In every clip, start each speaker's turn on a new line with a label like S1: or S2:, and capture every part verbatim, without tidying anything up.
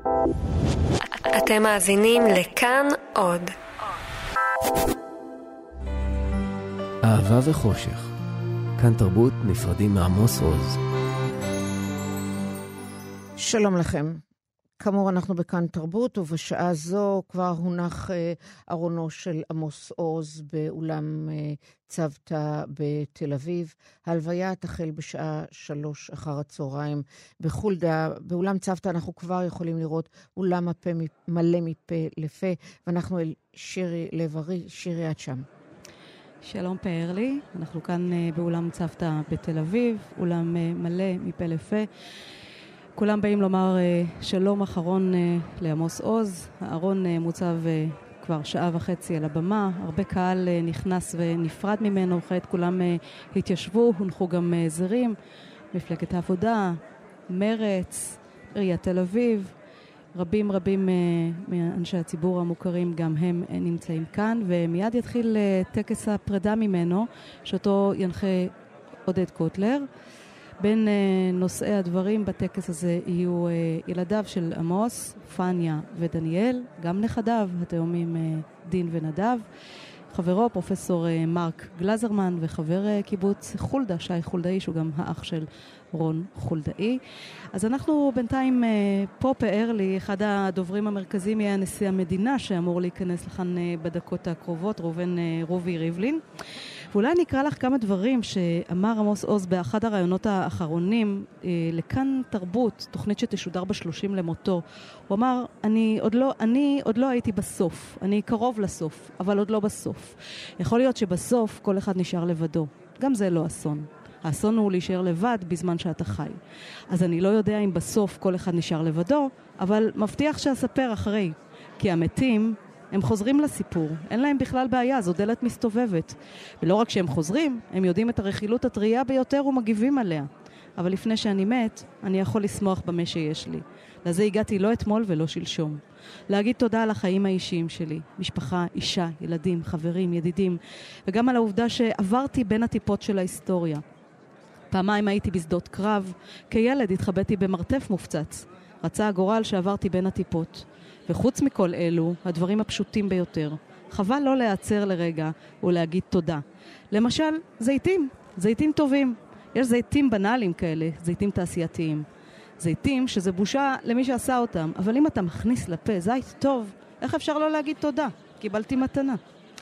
S1: אתם מאזינים לכאן עוד.
S2: אהבה וחושך. כאן תרבות נפרדים מעמוס עוז.
S3: שלום לכם. כאמור אנחנו בכאן תרבות, ובשעה זו כבר הונח אה, ארונו של עמוס עוז באולם אה, צוותא בתל אביב. ההלוויה תחל בשעה שלוש אחר הצהריים בחולדה. באולם צוותא אנחנו כבר יכולים לראות אולם הפה מלא מפה לפה, ואנחנו אל שירי לב-ארי. שירי, את שם.
S4: שלום פארלי, אנחנו כאן uh, באולם צוותא בתל אביב, אולם uh, מלא מפה לפה. כולם באים לומר uh, שלום אחרון uh, לעמוס עוז. הארון uh, מוצב uh, כבר שעה וחצי על הבמה, הרבה קהל uh, נכנס ונפרד ממנו, כעת כולם uh, התיישבו, הונחו גם uh, זרים, מפלגת העבודה, מרץ, עיריית תל אביב. רבים רבים uh, מאנשי הציבור המוכרים גם הם uh, נמצאים כאן, ומיד יתחיל uh, טקס הפרידה ממנו, שאותו ינחה עודד קוטלר. בין uh, נושאי הדברים בטקס הזה יהיו uh, ילדיו של עמוס, פניה ודניאל, גם נכדיו, התאומים uh, דין ונדב, חברו פרופסור uh, מרק גלזרמן, וחבר uh, קיבוץ חולדה, שי חולדאי, שהוא גם האח של רון חולדאי. אז אנחנו בינתיים פה פאר לי, אחד הדוברים המרכזיים יהיה נשיא המדינה שאמור להיכנס לכאן בדקות הקרובות, ראובן רובי ריבלין. ואולי נקרא לך כמה דברים שאמר עמוס עוז באחד הרעיונות האחרונים לכאן תרבות, תוכנית שתשודר בשלושים למותו. הוא אמר, אני עוד לא, אני עוד לא הייתי בסוף, אני קרוב לסוף, אבל עוד לא בסוף. יכול להיות שבסוף כל אחד נשאר לבדו. גם זה לא אסון. האסון הוא להישאר לבד בזמן שאתה חי. אז אני לא יודע אם בסוף כל אחד נשאר לבדו, אבל מבטיח שאספר אחרי. כי המתים, הם חוזרים לסיפור. אין להם בכלל בעיה, זו דלת מסתובבת. ולא רק שהם חוזרים, הם יודעים את הרכילות הטריה ביותר ומגיבים עליה. אבל לפני שאני מת, אני יכול לשמוח במה שיש לי. לזה הגעתי לא אתמול ולא שלשום. להגיד תודה על החיים האישיים שלי. משפחה, אישה, ילדים, חברים, ידידים. וגם על העובדה שעברתי בין הטיפות של ההיסטוריה. פעמיים הייתי בשדות קרב, כילד התחבאתי במרתף מופצץ. רצה הגורל שעברתי בין הטיפות. וחוץ מכל אלו, הדברים הפשוטים ביותר. חבל לא להיעצר לרגע ולהגיד תודה. למשל, זיתים, זיתים טובים. יש זיתים בנאליים כאלה, זיתים תעשייתיים. זיתים שזה בושה למי שעשה אותם, אבל אם אתה מכניס לפה זית טוב, איך אפשר לא להגיד תודה? קיבלתי מתנה.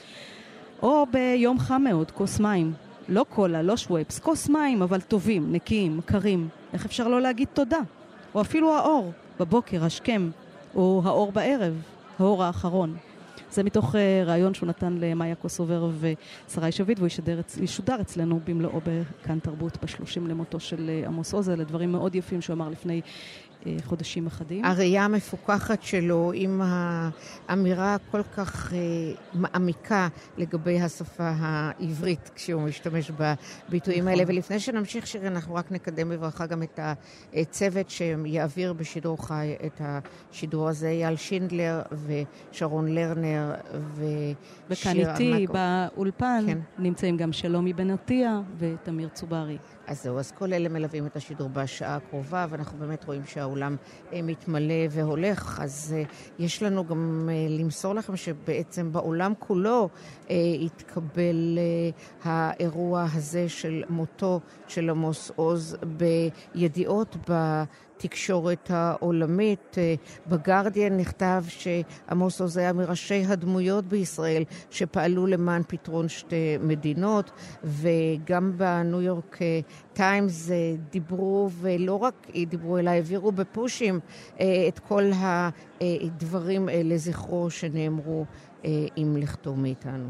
S4: או ביום חם מאוד, כוס מים. לא קולה, לא שוואפס, כוס מים, אבל טובים, נקיים, קרים. איך אפשר לא להגיד תודה? או אפילו האור, בבוקר, השכם, או האור בערב, האור האחרון. זה מתוך uh, רעיון שהוא נתן למאיה קוסובר ושרי שביט, והוא ישודר, ישודר אצלנו במלואו בכאן תרבות בשלושים למותו של uh, עמוס עוז. אלה דברים מאוד יפים שהוא אמר לפני uh, חודשים אחדים. הראייה
S3: המפוקחת שלו עם האמירה כל כך uh, מעמיקה לגבי השפה העברית, כשהוא משתמש בביטויים האלה. ולפני שנמשיך שיר, אנחנו רק נקדם בברכה גם את הצוות שיעביר בשידור חי את השידור הזה, אייל שינדלר ושרון לרנר
S4: וכאן איתי באולפן כן. נמצאים גם שלומי בן עטיה ותמיר צוברי.
S3: אז זהו, אז כל אלה מלווים את השידור בשעה הקרובה, ואנחנו באמת רואים שהאולם מתמלא והולך. אז יש לנו גם למסור לכם שבעצם בעולם כולו התקבל האירוע הזה של מותו של עמוס עוז בידיעות ב... תקשורת העולמית. בגרדיאן נכתב שעמוס עוז היה מראשי הדמויות בישראל שפעלו למען פתרון שתי מדינות, וגם בניו יורק טיימס דיברו, ולא רק דיברו אלא העבירו בפושים את כל הדברים לזכרו שנאמרו עם לכתו מאיתנו.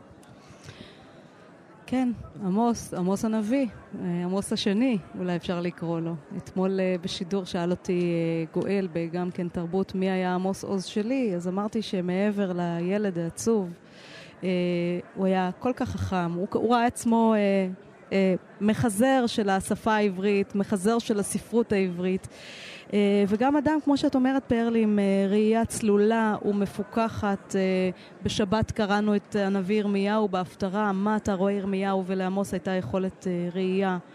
S4: כן, עמוס, עמוס הנביא, עמוס השני, אולי אפשר לקרוא לו. אתמול בשידור שאל אותי גואל בגם כן תרבות מי היה עמוס עוז שלי, אז אמרתי שמעבר לילד העצוב, הוא היה כל כך חכם, הוא, הוא ראה עצמו מחזר של השפה העברית, מחזר של הספרות העברית, וגם אדם, כמו שאת אומרת פרלי, עם ראייה צלולה ומפוקחת. בשבת קראנו את הנביא ירמיהו בהפטרה, מה אתה רואה ירמיהו, ולעמוס הייתה יכולת ראייה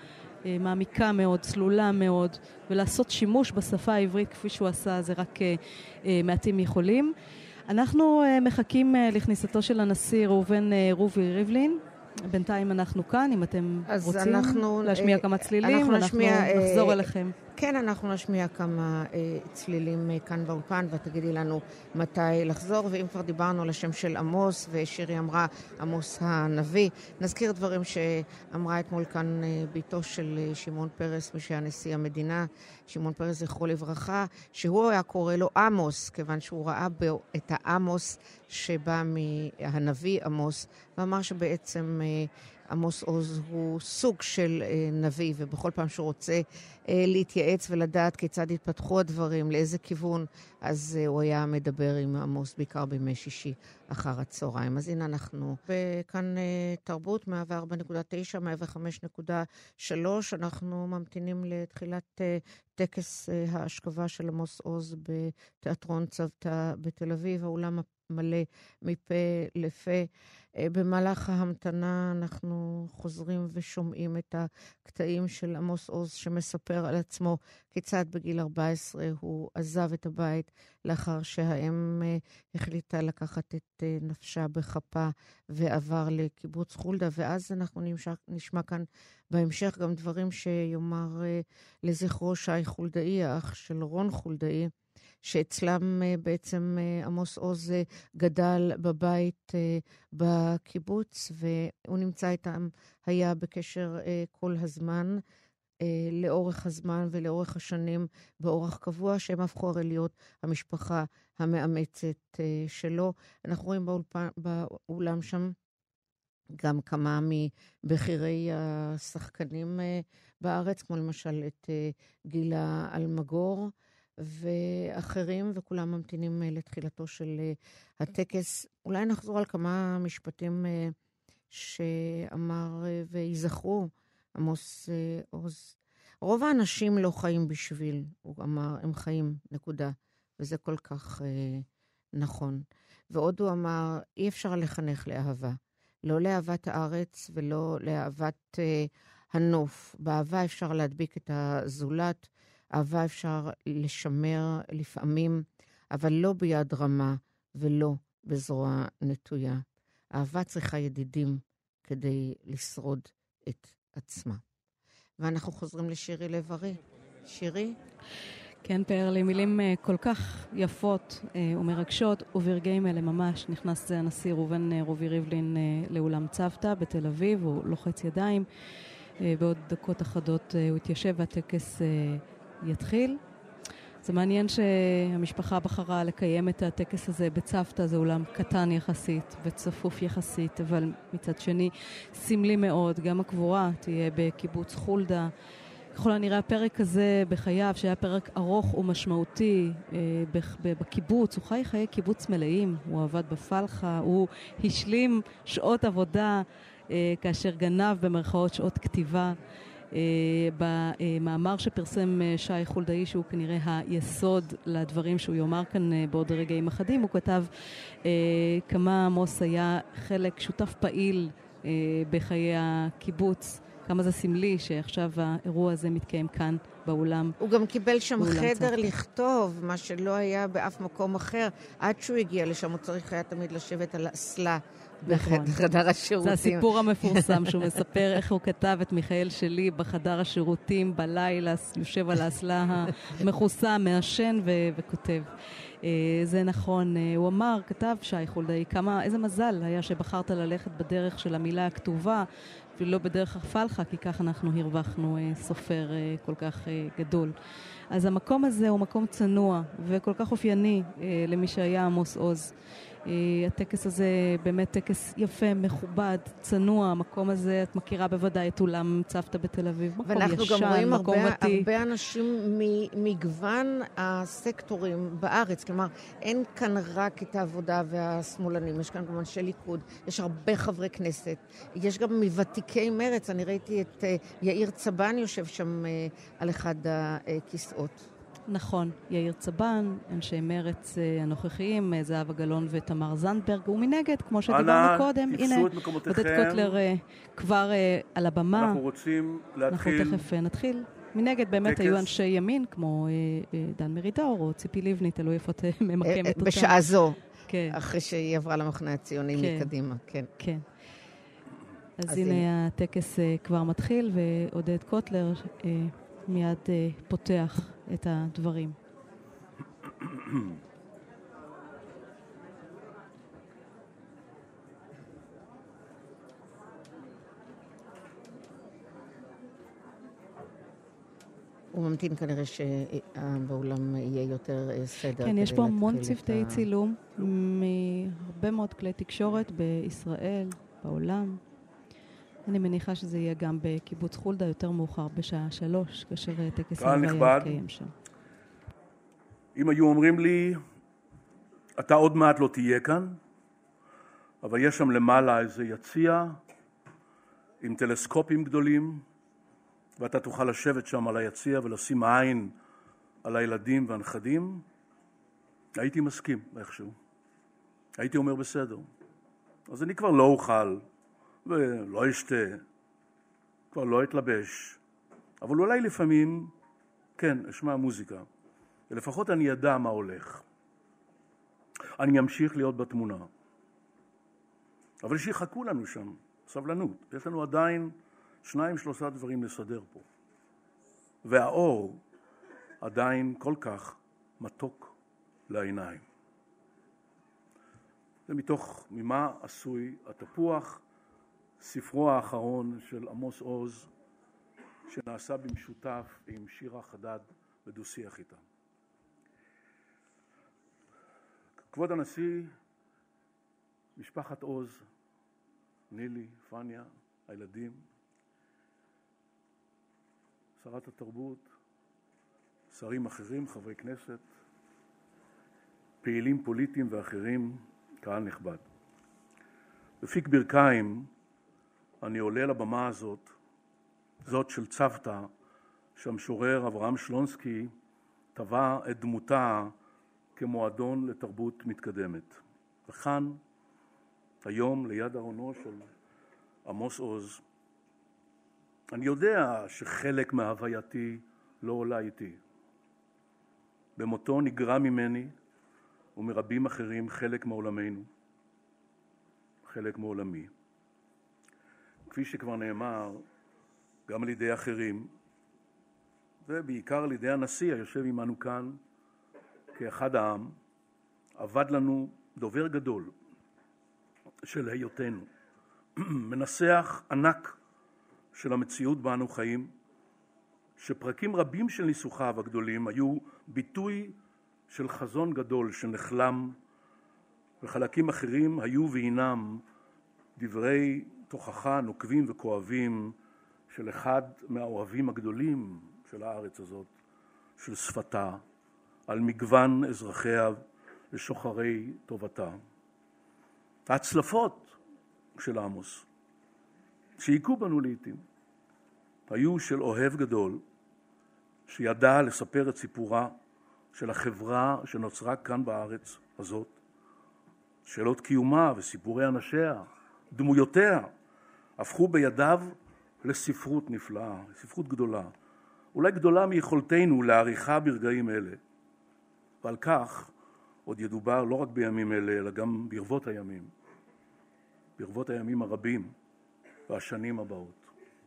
S4: מעמיקה מאוד, צלולה מאוד, ולעשות שימוש בשפה העברית כפי שהוא עשה, זה רק מעטים יכולים. אנחנו מחכים לכניסתו של הנשיא ראובן רובי ריבלין. בינתיים אנחנו כאן, אם אתם רוצים אנחנו, להשמיע כמה צלילים, אנחנו, אנחנו נשמיע, נחזור אה, אליכם.
S3: כן, אנחנו נשמיע כמה אה, צלילים אה, כאן באולפן, ותגידי לנו מתי לחזור, ואם כבר דיברנו על השם של עמוס, ושירי אמרה עמוס הנביא, נזכיר דברים שאמרה אתמול כאן אה, ביתו של אה, שמעון פרס, מי שהיה נשיא המדינה, שמעון פרס זכרו לברכה, שהוא היה קורא לו עמוס, כיוון שהוא ראה בו את העמוס שבא מהנביא עמוס, ואמר שבעצם עמוס עוז הוא סוג של נביא, ובכל פעם שהוא רוצה להתייעץ ולדעת כיצד התפתחו הדברים, לאיזה כיוון, אז הוא היה מדבר עם עמוס בעיקר בימי שישי אחר הצהריים. אז הנה אנחנו בכאן תרבות, מאה וארבע נקודה תשע, מאה וחמש נקודה שלוש, אנחנו ממתינים לתחילת טקס ההשכבה של עמוס עוז בתיאטרון צוותא בתל אביב, האולם מלא מפה לפה. במהלך ההמתנה אנחנו חוזרים ושומעים את הקטעים של עמוס עוז שמספר על עצמו כיצד בגיל ארבע עשרה הוא עזב את הבית לאחר שהאם החליטה לקחת את נפשה בכפה ועבר לקיבוץ חולדה, ואז אנחנו נשמע, נשמע כאן בהמשך גם דברים שיאמר לזכרו שי חולדאי, האח של רון חולדאי, שאצלם בעצם עמוס עוז גדל בבית בקיבוץ, והוא נמצא איתם, היה בקשר כל הזמן, לאורך הזמן ולאורך השנים באורח קבוע, שהם הפכו הרי להיות המשפחה המאמצת שלו. אנחנו רואים באולפן, באולם שם גם כמה מבחירי השחקנים בארץ, כמו למשל את גילה אלמגור, ואחרים, וכולם ממתינים לתחילתו של הטקס. אולי נחזור על כמה משפטים שאמר ויזכרו עמוס עוז. רוב האנשים לא חיים בשביל, הוא אמר, הם חיים, נקודה. וזה כל כך נכון. ועוד הוא אמר, אי אפשר לחנך לאהבה. לא לאהבת הארץ ולא לאהבת הנוף. באהבה אפשר להדביק את הזולת, אהבה אפשר לשמר לפעמים, אבל לא ביד רמה ולא בזרוע נטויה. אהבה צריכה ידידים כדי לשרוד את עצמה. ואנחנו חוזרים לשירי לב-ארי. שירי?
S4: כן, פארלי, מילים כל כך יפות ומרגשות, וברגעים אלה ממש נכנס זה הנשיא ראובן רובי ריבלין לאולם צוותא בתל אביב, הוא לוחץ ידיים, בעוד דקות אחדות הוא התיישב והטקס יתחיל. זה מעניין שהמשפחה בחרה לקיים את הטקס הזה בצוותא, זה אולם קטן יחסית וצפוף יחסית, אבל מצד שני סמלי מאוד, גם הקבורה תהיה בקיבוץ חולדה. ככל הנראה הפרק הזה בחייו, שהיה פרק ארוך ומשמעותי בקיבוץ, הוא חי חיי קיבוץ מלאים, הוא עבד בפלחה, הוא השלים שעות עבודה כאשר גנב במרכאות שעות כתיבה. במאמר שפרסם שי חולדאי, שהוא כנראה היסוד לדברים שהוא יאמר כאן בעוד רגעים אחדים, הוא כתב כמה עמוס היה חלק שותף פעיל בחיי הקיבוץ, כמה זה סמלי שעכשיו האירוע הזה מתקיים כאן באולם.
S3: הוא גם קיבל שם חדר צפת. לכתוב, מה שלא היה באף מקום אחר. עד שהוא הגיע לשם, הוא צריך היה תמיד לשבת על האסלה
S4: נכון.
S3: בחדר השירותים.
S4: זה הסיפור המפורסם שהוא מספר איך הוא כתב את מיכאל שלי בחדר השירותים בלילה, יושב על האסלה המכוסה, מעשן ו- וכותב. זה נכון, הוא אמר, כתב שי חולדאי, כמה, איזה מזל היה שבחרת ללכת בדרך של המילה הכתובה, ולא בדרך הפלחה, כי כך אנחנו הרווחנו סופר כל כך גדול. אז המקום הזה הוא מקום צנוע וכל כך אופייני למי שהיה עמוס עוז. הטקס הזה באמת טקס יפה, מכובד, צנוע. המקום הזה, את מכירה בוודאי את אולם צוותא בתל אביב. מקום ישן, מקום ותיק. ואנחנו גם רואים הרבה, הרבה אנשים ממגוון הסקטורים בארץ. כלומר, אין כאן רק את העבודה והשמאלנים. יש כאן גם אנשי ליכוד. יש הרבה חברי כנסת. יש גם מוותיקי מרץ. אני ראיתי את יאיר צבן יושב שם על אחד הכיסאות. נכון, יאיר צבן, אנשי מרץ הנוכחיים, זהבה גלאון ותמר זנדברג, ומנגד, כמו שדיברנו קודם, הנה, עודד קוטלר כבר על הבמה.
S5: אנחנו רוצים להתחיל.
S4: אנחנו תכף נתחיל. מנגד באמת היו אנשי ימין, כמו דן מרידור או ציפי לבני, תלוי איפה את ממקמת אותם.
S3: בשעה זו, אחרי שהיא עברה למחנה הציוני מקדימה, כן.
S4: כן. אז הנה הטקס כבר מתחיל, ועודד קוטלר מיד פותח את הדברים.
S3: הוא ממתין כנראה שבאולם יהיה יותר סדר.
S4: כן, יש פה המון צוותי צילום מהרבה מאוד כלי תקשורת בישראל, בעולם. אני מניחה שזה יהיה גם בקיבוץ חולדה יותר מאוחר בשעה שלוש, כאשר טקס הלוויה יתקיים שם.
S5: אם היו אומרים לי, אתה עוד מעט לא תהיה כאן, אבל יש שם למעלה איזה יציע עם טלסקופים גדולים, ואתה תוכל לשבת שם על היציע ולשים עין על הילדים והנכדים, הייתי מסכים איכשהו. הייתי אומר בסדר. אז אני כבר לא אוכל ולא אשתה, כבר לא אתלבש, אבל אולי לפעמים, כן, אשמע מוזיקה, ולפחות אני ידע מה הולך. אני אמשיך להיות בתמונה. אבל שיחכו לנו שם, סבלנות. יש לנו עדיין שניים, שלושה דברים לסדר פה. והאור עדיין כל כך מתוק לעיניים. זה מתוך ממה עשוי התפוח, ספרו האחרון של עמוס עוז, שנעשה במשותף עם שירה חדד בדו-שיח איתה. כבוד הנשיא, משפחת עוז, נילי, פניה, הילדים, שרת התרבות, שרים אחרים, חברי כנסת, פעילים פוליטיים ואחרים, קהל נכבד. בפיק ברכיים אני עולה לבמה הזאת, זאת של צוותא, שהמשורר אברהם שלונסקי טבע את דמותה כמועדון לתרבות מתקדמת. וכאן, היום ליד ארונו של עמוס עוז, אני יודע שחלק מהווייתי לא עולה איתי. במותו נגרע ממני ומרבים אחרים חלק מעולמנו, חלק מעולמי. כפי שכבר נאמר, גם על ידי אחרים, ובעיקר על ידי הנשיא היושב עמנו כאן כאחד העם, עבד לנו דובר גדול של היותנו, מנסח ענק של המציאות בה אנו חיים, שפרקים רבים של ניסוחיו הגדולים היו ביטוי של חזון גדול שנחלם, וחלקים אחרים היו והינם דברי תוכחה נוקבים וכואבים של אחד מהאוהבים הגדולים של הארץ הזאת, של שפתה, על מגוון אזרחיה ושוחרי טובתה. ההצלפות של עמוס, שהיכו בנו לעתים, היו של אוהב גדול, שידע לספר את סיפורה של החברה שנוצרה כאן בארץ הזאת, שאלות קיומה וסיפורי אנשיה, דמויותיה, הפכו בידיו לספרות נפלאה, ספרות גדולה, אולי גדולה מיכולתנו לעריכה ברגעים אלה. ועל כך עוד ידובר לא רק בימים אלה, אלא גם ברבות הימים, ברבות הימים הרבים והשנים הבאות.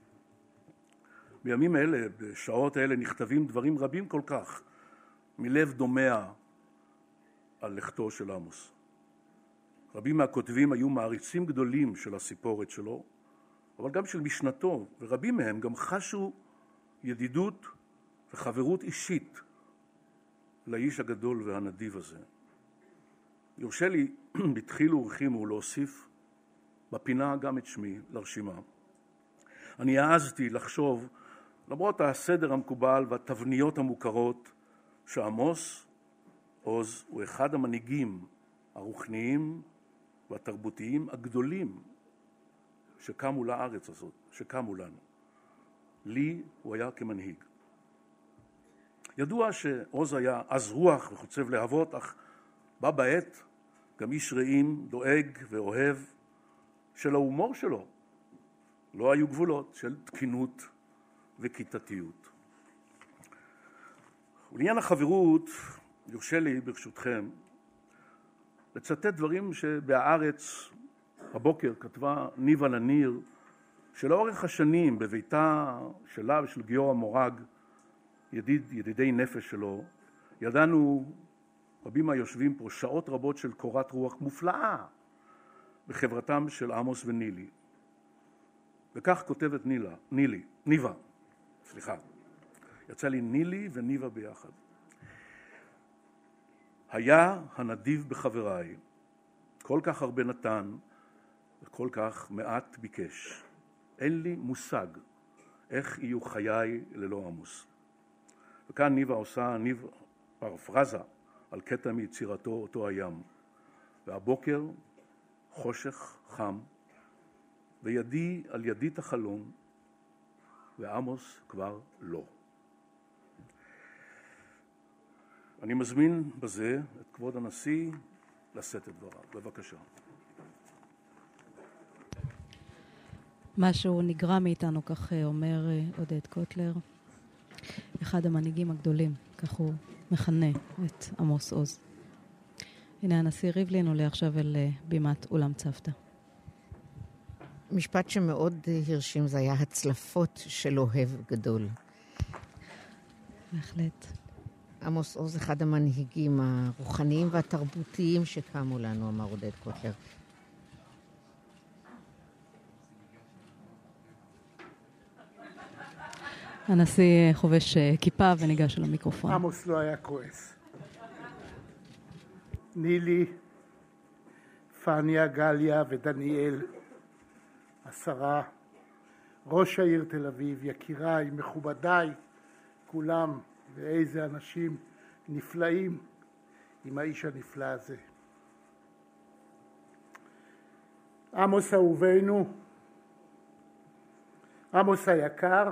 S5: בימים אלה, בשעות האלה, נכתבים דברים רבים כל כך, מלב דומע על לכתו של עמוס. רבים מהכותבים היו מעריצים גדולים של הסיפורת שלו, אבל גם של משנתו, ורבים מהם גם חשו ידידות וחברות אישית לאיש הגדול והנדיב הזה. יורשה לי בתחילו ורחימו להוסיף בפינה גם את שמי לרשימה. אני העזתי לחשוב, למרות הסדר המקובל והתבניות המוכרות, שעמוס עוז הוא אחד המנהיגים הרוחניים והתרבותיים הגדולים שקמו לארץ הזאת, שקמו לנו. לי הוא היה כמנהיג. ידוע שעוז היה עז רוח וחוצב להבות, אך בה בעת גם איש רעים, דואג ואוהב, של ההומור שלו לא היו גבולות, של תקינות וכיתתיות. ולעניין החברות, יורשה לי ברשותכם לצטט דברים שבהארץ הבוקר כתבה ניבה לניר, שלאורך השנים בביתה שלה ושל גיורא מורג, ידיד, ידידי נפש שלו, ידענו רבים היושבים פה שעות רבות של קורת רוח מופלאה בחברתם של עמוס ונילי. וכך כותבת נילה, נילי, ניבה, סליחה, יצא לי נילי וניבה ביחד. היה הנדיב בחבריי, כל כך הרבה נתן וכל כך מעט ביקש. אין לי מושג איך יהיו חיי ללא עמוס. וכאן ניבה עושה ניב פרפרזה על קטע מיצירתו אותו הים. והבוקר חושך חם, וידי על ידית החלום, ועמוס כבר לא. אני מזמין בזה את כבוד הנשיא לשאת את דבריו. בבקשה.
S4: משהו נגרע מאיתנו, כך אומר עודד קוטלר, אחד המנהיגים הגדולים, כך הוא מכנה את עמוס עוז. הנה הנשיא ריבלין עולה עכשיו אל בימת אולם צוותא.
S3: משפט שמאוד הרשים זה היה הצלפות של אוהב גדול.
S4: בהחלט.
S3: עמוס עוז אחד המנהיגים הרוחניים והתרבותיים שקמו לנו, אמר עודד קוטלר.
S4: הנשיא חובש כיפה וניגש אל המיקרופון.
S6: עמוס לא היה כועס. נילי, פניה, גליה ודניאל, השרה, ראש העיר תל אביב, יקיריי, מכובדיי, כולם, ואיזה אנשים נפלאים עם האיש הנפלא הזה. עמוס אהובנו, עמוס היקר,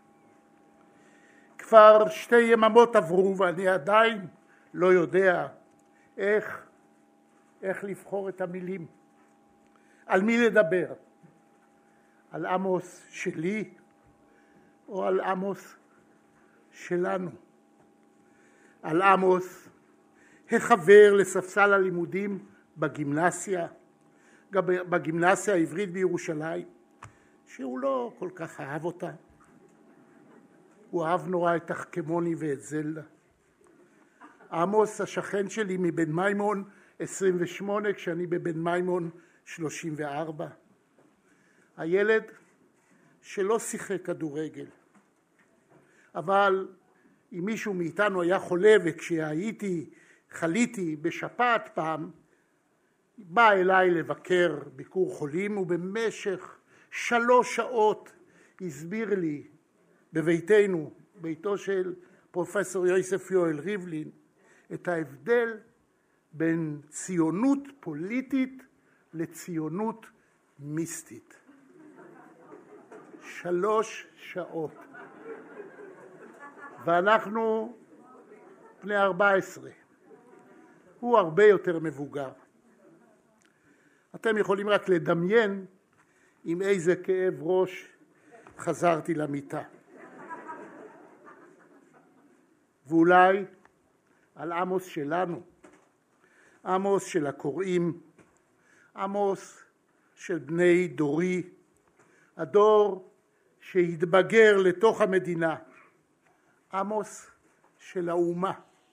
S6: כבר שתי יממות עברו ואני עדיין לא יודע איך, איך לבחור את המילים. על מי לדבר? על עמוס שלי או על עמוס שלנו? על עמוס החבר לספסל הלימודים בגימנסיה, גם בגימנסיה העברית בירושלים, שהוא לא כל כך אהב אותה. הוא אהב נורא את תחכמוני ואת זלדה. עמוס השכן שלי מבן מימון עשרים ושמונה, כשאני בבן מימון שלושים וארבע. הילד שלא שיחק כדורגל. אבל אם מישהו מאיתנו היה חולה, וכשהייתי, חליתי בשפעת פעם, בא אליי לבקר ביקור חולים, ובמשך שלוש שעות הסביר לי בביתנו, ביתו של פרופסור יוסף יואל ריבלין, את ההבדל בין ציונות פוליטית לציונות מיסטית. שלוש שעות. ואנחנו בני ארבע עשרה. הוא הרבה יותר מבוגר. אתם יכולים רק לדמיין עם איזה כאב ראש חזרתי למיטה. ואולי על עמוס שלנו, עמוס של הקוראים, עמוס של בני דורי, הדור שהתבגר לתוך המדינה, עמוס של האומה.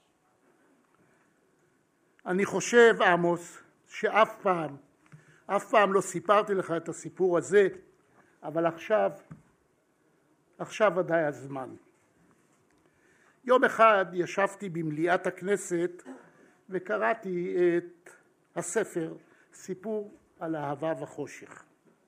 S6: אני חושב, עמוס, שאף פעם, אף פעם לא סיפרתי לך את הסיפור הזה, אבל עכשיו, עכשיו ודאי הזמן. יום אחד ישבתי במליאת הכנסת וקראתי את הספר סיפור על אהבה וחושך.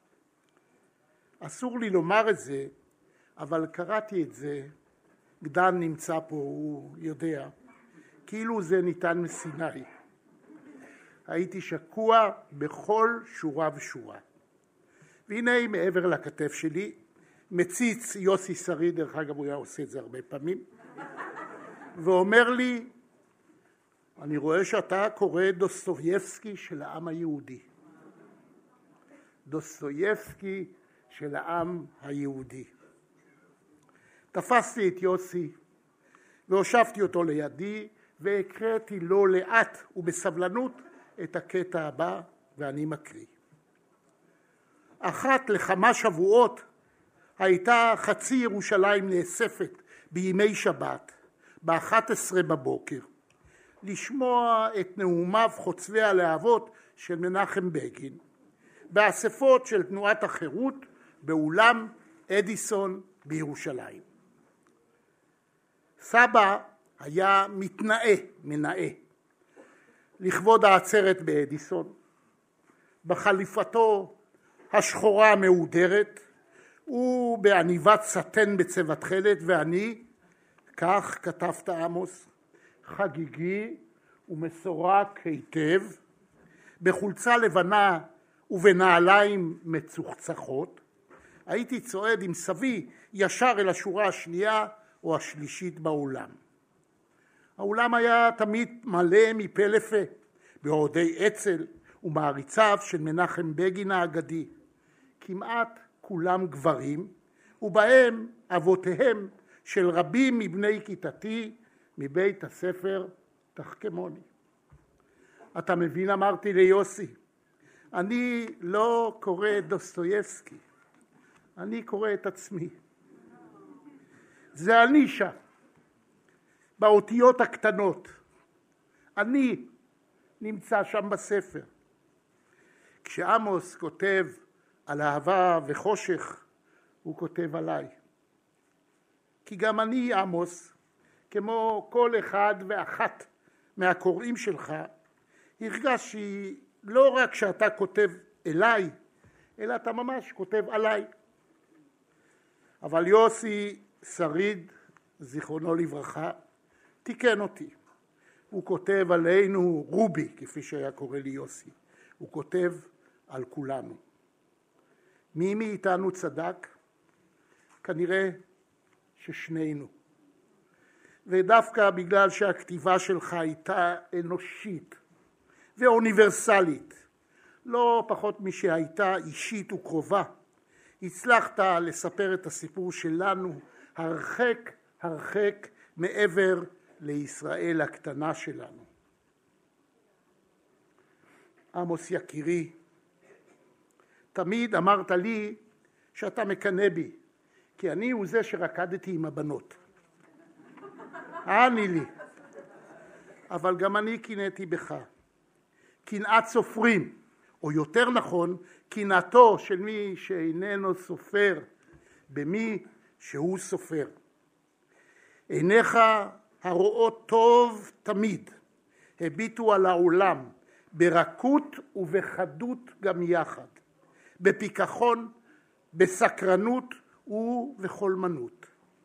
S6: אסור לי לומר את זה, אבל קראתי את זה, גדן נמצא פה, הוא יודע, כאילו זה ניתן מסיני. הייתי שקוע בכל שורה ושורה. והנה מעבר לכתף שלי, מציץ יוסי שרי, דרך אגב הוא היה עושה את זה הרבה פעמים, ואומר לי, אני רואה שאתה קורא דוסטויבסקי של העם היהודי. דוסטויבסקי של העם היהודי. תפסתי את יוסי והושבתי אותו לידי והקראתי לו לאט ובסבלנות את הקטע הבא, ואני מקריא. אחת לכמה שבועות הייתה חצי ירושלים נאספת בימי שבת ב-אחת עשרה בבוקר לשמוע את נאומיו חוצבי הלהבות של מנחם בגין באספות של תנועת החירות באולם אדיסון בירושלים. סבא היה מתנאה, מנאה, לכבוד העצרת באדיסון, בחליפתו השחורה המהודרת ובעניבת סטן בצבע תכלת, ואני, כך כתבת עמוס, חגיגי ומסורק היטב, בחולצה לבנה ובנעליים מצוחצחות, הייתי צועד עם סבי ישר אל השורה השנייה או השלישית באולם. האולם היה תמיד מלא מפה לפה, בעודי אצ"ל ומעריציו של מנחם בגין האגדי, כמעט כולם גברים, ובהם אבותיהם של רבים מבני כיתתי מבית הספר תחכמוני. אתה מבין, אמרתי ליוסי, אני לא קורא את דוסטויבסקי, אני קורא את עצמי. זה אני שם, באותיות הקטנות. אני נמצא שם בספר. כשעמוס כותב על אהבה וחושך, הוא כותב עליי. כי גם אני, עמוס, כמו כל אחד ואחת מהקוראים שלך, הרגשתי לא רק שאתה כותב אליי, אלא אתה ממש כותב עליי. אבל יוסי שריד, זיכרונו לברכה, תיקן אותי. הוא כותב עלינו רובי, כפי שהיה קורא לי יוסי. הוא כותב על כולנו. מי מאיתנו צדק? כנראה ששנינו. ודווקא בגלל שהכתיבה שלך הייתה אנושית ואוניברסלית, לא פחות משהייתה אישית וקרובה, הצלחת לספר את הסיפור שלנו הרחק הרחק מעבר לישראל הקטנה שלנו. עמוס יקירי, תמיד אמרת לי שאתה מקנא בי, כי אני הוא זה שרקדתי עם הבנות. עני לי. אבל גם אני קינאתי בך. קנאת סופרים, או יותר נכון, קנאתו של מי שאיננו סופר, במי שהוא סופר. עיניך הרואות טוב תמיד, הביטו על העולם, ברכות ובחדות גם יחד, בפיקחון, בסקרנות ובחולמנות.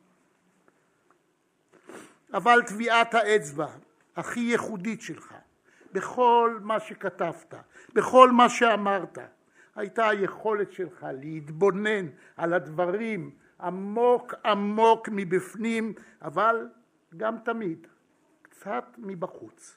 S6: אבל טביעת האצבע הכי ייחודית שלך, בכל מה שכתבת, בכל מה שאמרת, הייתה היכולת שלך להתבונן על הדברים עמוק עמוק מבפנים, אבל גם תמיד קצת מבחוץ.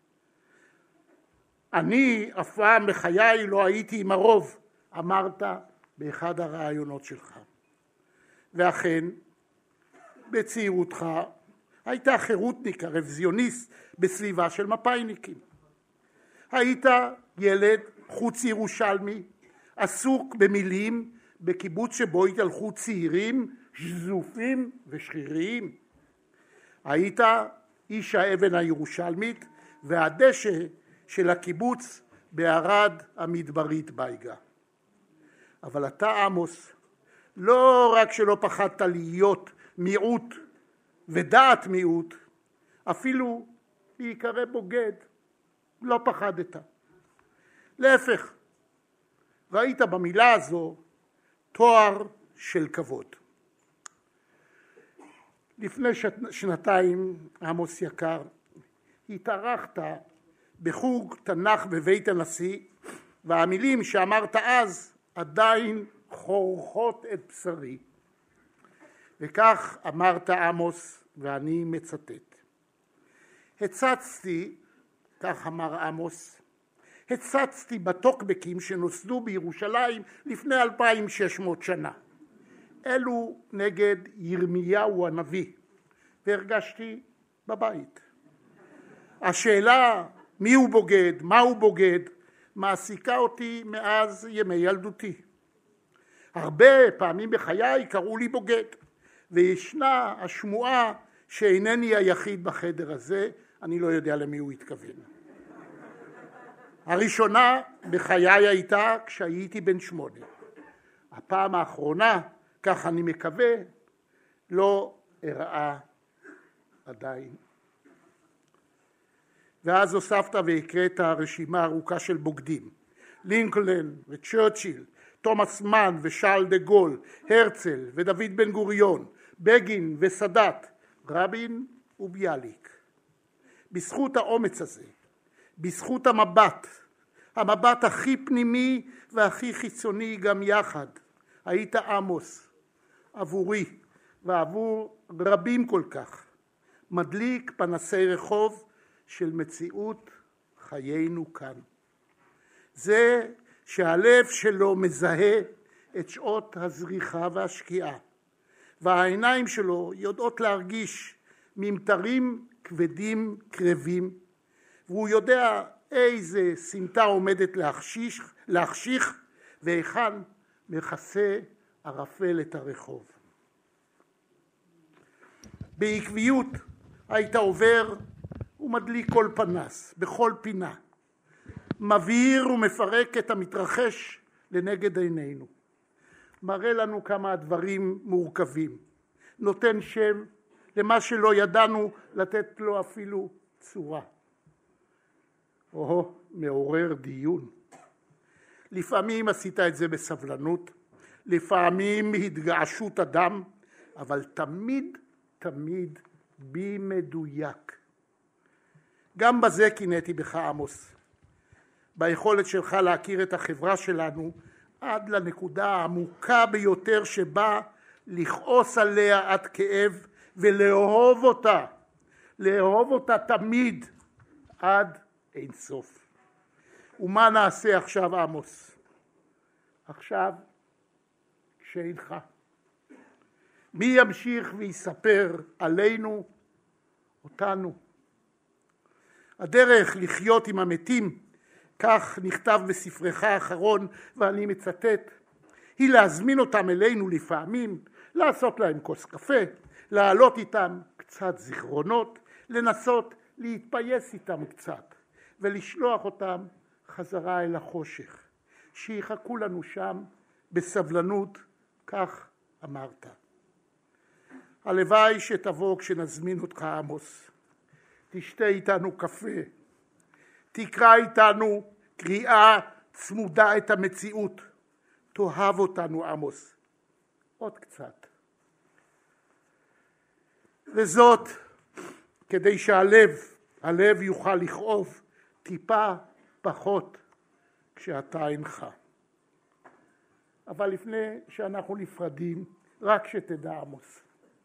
S6: אני אף פעם בחיי לא הייתי עם הרוב, אמרת באחד הרעיונות שלך. ואכן, בצעירותך היית חירותניק, הרוויזיוניסט בסביבה של מפאיניקים. היית ילד חוץ ירושלמי, עסוק במילים, בקיבוץ שבו התהלכו צעירים, שזופים ושריריים. היית איש האבן הירושלמית והדשא של הקיבוץ בערד המדברית בייגה. אבל אתה, עמוס, לא רק שלא פחדת להיות מיעוט ודעת מיעוט, אפילו להיקרא בוגד, לא פחדת. להפך, ראית במילה הזו תואר של כבוד. לפני שנתיים, עמוס יקר, התארחת בחוג תנ"ך בבית הנשיא, והמילים שאמרת אז עדיין חורכות את בשרי. וכך אמרת, עמוס, ואני מצטט: הצצתי, כך אמר עמוס, הצצתי בטוקבקים שנוסדו בירושלים לפני אלפיים ושש מאות שנה. אלו נגד ירמיהו הנביא, והרגשתי בבית. השאלה מי הוא בוגד, מה הוא בוגד, מעסיקה אותי מאז ימי ילדותי. הרבה פעמים בחיי קראו לי בוגד, וישנה השמועה שאינני היחיד בחדר הזה, אני לא יודע למי הוא התכוון. הראשונה בחיי הייתה כשהייתי בן שמונה. הפעם האחרונה, כך אני מקווה, לא הראה עדיין. ואז הוספת והקראת רשימה ארוכה של בוגדים. לינקולן וצ'רצ'יל, תומאס מן ושארל דה גול, הרצל ודוד בן גוריון, בגין וסאדאת, רבין וביאליק. בזכות האומץ הזה, בזכות המבט, המבט הכי פנימי והכי חיצוני גם יחד, היית עמוס, עבורי ועבור רבים כל כך, מדליק פנסי רחוב של מציאות חיינו כאן. זה שהלב שלו מזהה את שעות הזריחה והשקיעה, והעיניים שלו יודעות להרגיש ממטרים כבדים קרבים, והוא יודע איזה סמטה עומדת להחשיך, להחשיך והיכן מכסה ערפל את הרחוב. בעקביות היית עובר ומדליק כל פנס, בכל פינה, מבהיר ומפרק את המתרחש לנגד עינינו. מראה לנו כמה הדברים מורכבים, נותן שם למה שלא ידענו לתת לו אפילו צורה. או מעורר דיון. לפעמים עשית את זה בסבלנות, לפעמים התגעשות אדם, אבל תמיד תמיד במדויק. גם בזה קינאתי בך עמוס, ביכולת שלך להכיר את החברה שלנו עד לנקודה העמוקה ביותר שבה לכעוס עליה עד כאב ולאהוב אותה, לאהוב אותה תמיד עד אין סוף. ומה נעשה עכשיו עמוס? עכשיו כשאינך. מי ימשיך ויספר עלינו, אותנו? הדרך לחיות עם המתים, כך נכתב בספרך האחרון, ואני מצטט, היא להזמין אותם אלינו לפעמים, לעשות להם כוס קפה, להעלות איתם קצת זיכרונות, לנסות להתפייס איתם קצת, ולשלוח אותם חזרה אל החושך, שיחכו לנו שם בסבלנות, כך אמרת. הלוואי שתבוא כשנזמין אותך עמוס, תשתה איתנו קפה, תקרא איתנו קריאה צמודה את המציאות, תאהב אותנו עמוס, עוד קצת. וזאת כדי שהלב, הלב יוכל לכאוב טיפה פחות כשאתה אינך. אבל לפני שאנחנו נפרדים, רק שתדע עמוס,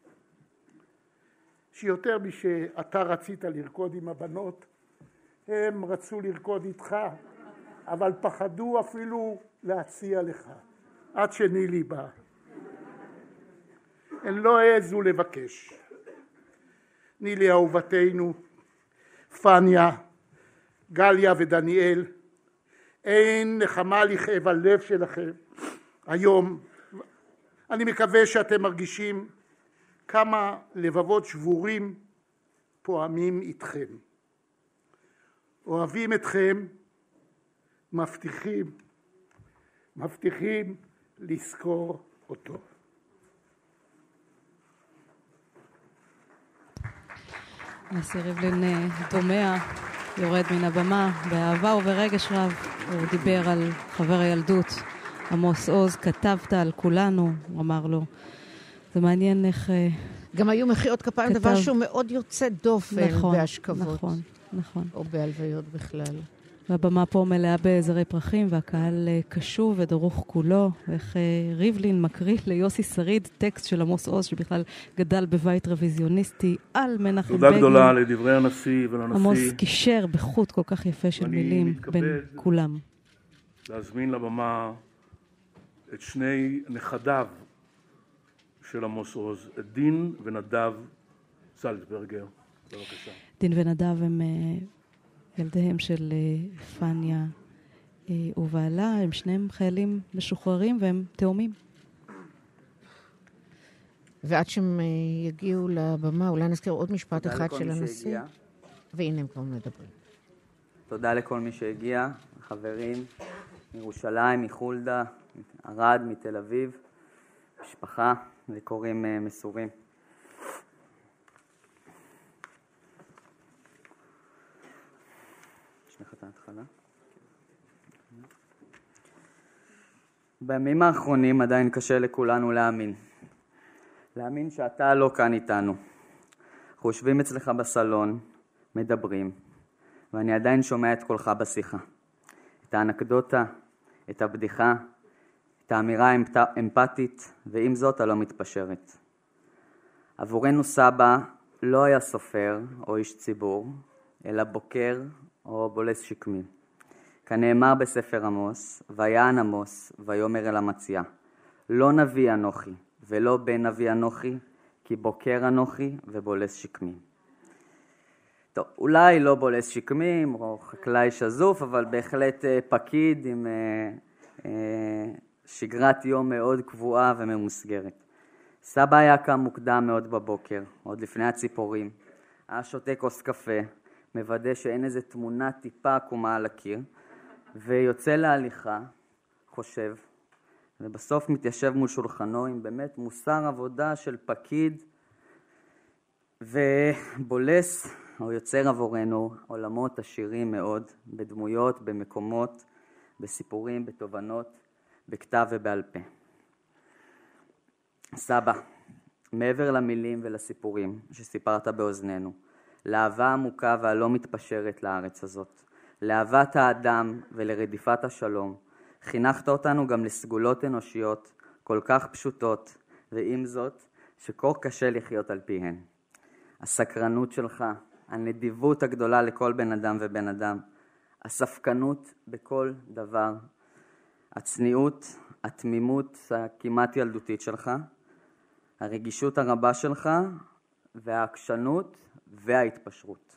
S6: שיותר משאתה רצית לרקוד עם הבנות, הם רצו לרקוד איתך, אבל פחדו אפילו להציע לך, עד שנילי בא. הן לא העזו לבקש. נילי אהובתנו, פניה, גליה ודניאל, אין נחמה לכאב הלב שלכם. היום אני מקווה שאתם מרגישים כמה לבבות שבורים פועמים איתכם. אוהבים אתכם, מבטיחים, מבטיחים לזכור אותו.
S4: נשיא ריבלין דומע, יורד מן הבמה, באהבה וברגש רב. הוא דיבר על חבר הילדות, עמוס עוז, כתבת על כולנו, הוא אמר לו. זה מעניין איך...
S3: גם היו מחיאות כפיים,
S4: כתב...
S3: דבר שהוא מאוד יוצא דופן
S4: נכון,
S3: בהשכבות.
S4: נכון, נכון.
S3: או בהלוויות בכלל.
S4: והבמה פה מלאה בזרי פרחים, והקהל קשוב ודרוך כולו, ואיך ריבלין מקריא ליוסי שריד טקסט של עמוס עוז, שבכלל גדל בבית רוויזיוניסטי על מנחם בגין.
S5: תודה גדולה לדברי הנשיא ולנשיא.
S4: עמוס קישר בחוט כל כך יפה של מילים בין כולם.
S5: להזמין לבמה את שני נכדיו של עמוס עוז, את דין ונדב זלצברגר. בבקשה.
S4: דין ונדב הם ילדיהם של פניה ובעלה, הם שניהם חיילים משוחררים והם תאומים.
S3: ועד שהם יגיעו לבמה, אולי נזכיר עוד משפט אחד של הנשיא. והנה הם כבר מדברים.
S7: תודה לכל מי שהגיע, חברים מירושלים, מחולדה, ערד, מתל אביב, משפחה וקוראים מסורים. יש לך את ההתחלה? בימים האחרונים עדיין קשה לכולנו להאמין. להאמין שאתה לא כאן איתנו. אנחנו יושבים אצלך בסלון, מדברים, ואני עדיין שומע את קולך בשיחה. את האנקדוטה, את הבדיחה, את האמירה האמפתית, ועם זאת הלא מתפשרת. עבורנו סבא לא היה סופר או איש ציבור, אלא בוקר או בולס שקמי. כנאמר בספר עמוס, ויען עמוס, ויאמר אל המציאה, לא נביא אנוכי ולא בן נביא אנוכי, כי בוקר אנוכי ובולס שקמי. טוב, אולי לא בולס שקמים או חקלאי שזוף, אבל בהחלט פקיד עם אה, אה, שגרת יום מאוד קבועה וממוסגרת. סבא היה קם מוקדם מאוד בבוקר, עוד לפני הציפורים. היה שותה כוס קפה, מוודא שאין איזה תמונה טיפה עקומה על הקיר, ויוצא להליכה, חושב, ובסוף מתיישב מול שולחנו עם באמת מוסר עבודה של פקיד, ובולס או יוצר עבורנו עולמות עשירים מאוד, בדמויות, במקומות, בסיפורים, בתובנות, בכתב ובעל פה. סבא, מעבר למילים ולסיפורים שסיפרת באוזנינו, לאהבה עמוקה והלא מתפשרת לארץ הזאת, לאהבת האדם ולרדיפת השלום, חינכת אותנו גם לסגולות אנושיות כל כך פשוטות, ועם זאת שכה קשה לחיות על פיהן. הסקרנות שלך, הנדיבות הגדולה לכל בן אדם ובן אדם, הספקנות בכל דבר, הצניעות, התמימות הכמעט ילדותית שלך, הרגישות הרבה שלך, והעקשנות וההתפשרות.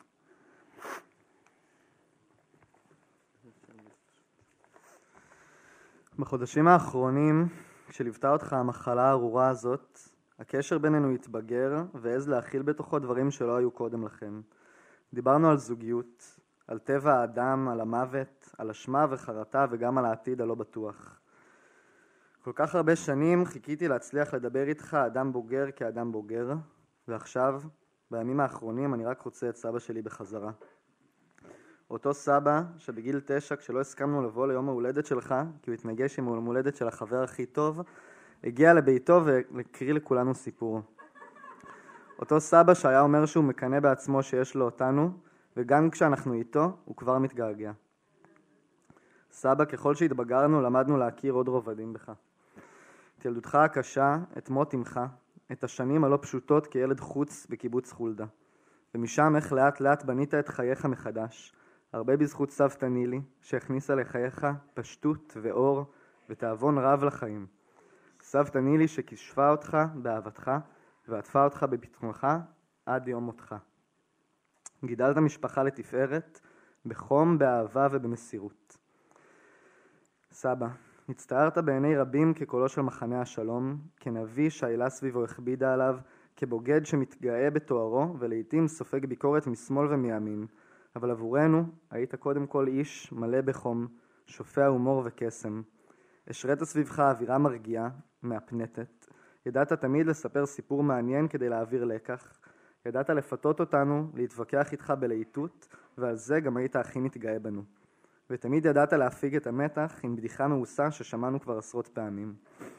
S8: בחודשים האחרונים, כשליוותה אותך המחלה הארורה הזאת, הקשר בינינו התבגר ועז להכיל בתוכו דברים שלא היו קודם לכן. דיברנו על זוגיות, על טבע האדם, על המוות, על אשמה וחרטה וגם על העתיד הלא בטוח. כל כך הרבה שנים חיכיתי להצליח לדבר איתך אדם בוגר כאדם בוגר, ועכשיו, בימים האחרונים, אני רק רוצה את סבא שלי בחזרה. אותו סבא שבגיל תשע, כשלא הסכמנו לבוא ליום ההולדת שלך, כי הוא התנגש עם יום ההולדת של החבר הכי טוב, הגיע לביתו והקריא לכולנו סיפור. אותו סבא שהיה אומר שהוא מקנא בעצמו שיש לו אותנו, וגם כשאנחנו איתו, הוא כבר מתגעגע. סבא, ככל שהתבגרנו, למדנו להכיר עוד רובדים בך. את ילדותך הקשה, את מות אמך, את השנים הלא פשוטות כילד חוץ בקיבוץ חולדה. ומשם איך לאט לאט בנית את חייך מחדש, הרבה בזכות סבתא נילי, שהכניסה לחייך פשטות ואור ותאבון רב לחיים. סבתא נילי שכישפה אותך באהבתך ועטפה אותך בביטחונך עד יום מותך. גידלת משפחה לתפארת, בחום, באהבה ובמסירות. סבא, הצטערת בעיני רבים כקולו של מחנה השלום, כנביא שהעילה סביבו הכבידה עליו, כבוגד שמתגאה בתוארו ולעיתים סופג ביקורת משמאל ומימין. אבל עבורנו היית קודם כל איש מלא בחום, שופע הומור וקסם. השרית סביבך אווירה מרגיעה, מהפנטת. ידעת תמיד לספר סיפור מעניין כדי להעביר לקח. ידעת לפתות אותנו, להתווכח איתך בלהיטות, ועל זה גם היית הכי מתגאה בנו. ותמיד ידעת להפיג את המתח עם בדיחה מעושה ששמענו כבר עשרות פעמים.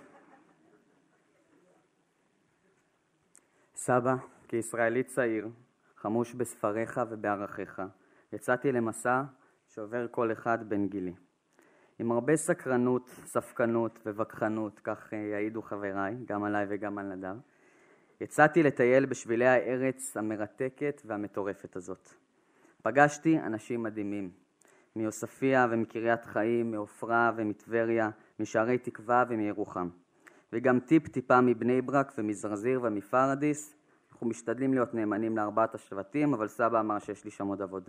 S7: סבא, כישראלי צעיר, חמוש בספריך ובערכיך, יצאתי למסע שעובר כל אחד בן גילי. עם הרבה סקרנות, ספקנות ובקחנות, כך יעידו חבריי, גם עליי וגם על נדב, יצאתי לטייל בשבילי הארץ המרתקת והמטורפת הזאת. פגשתי אנשים מדהימים, מיוספיה ומקריית חיים, מעופרה ומטבריה, משערי תקווה ומירוחם. וגם טיפ טיפה מבני ברק ומזרזיר ומפרדיס. אנחנו משתדלים להיות נאמנים לארבעת השבטים, אבל סבא אמר שיש לי שם עוד עבודה.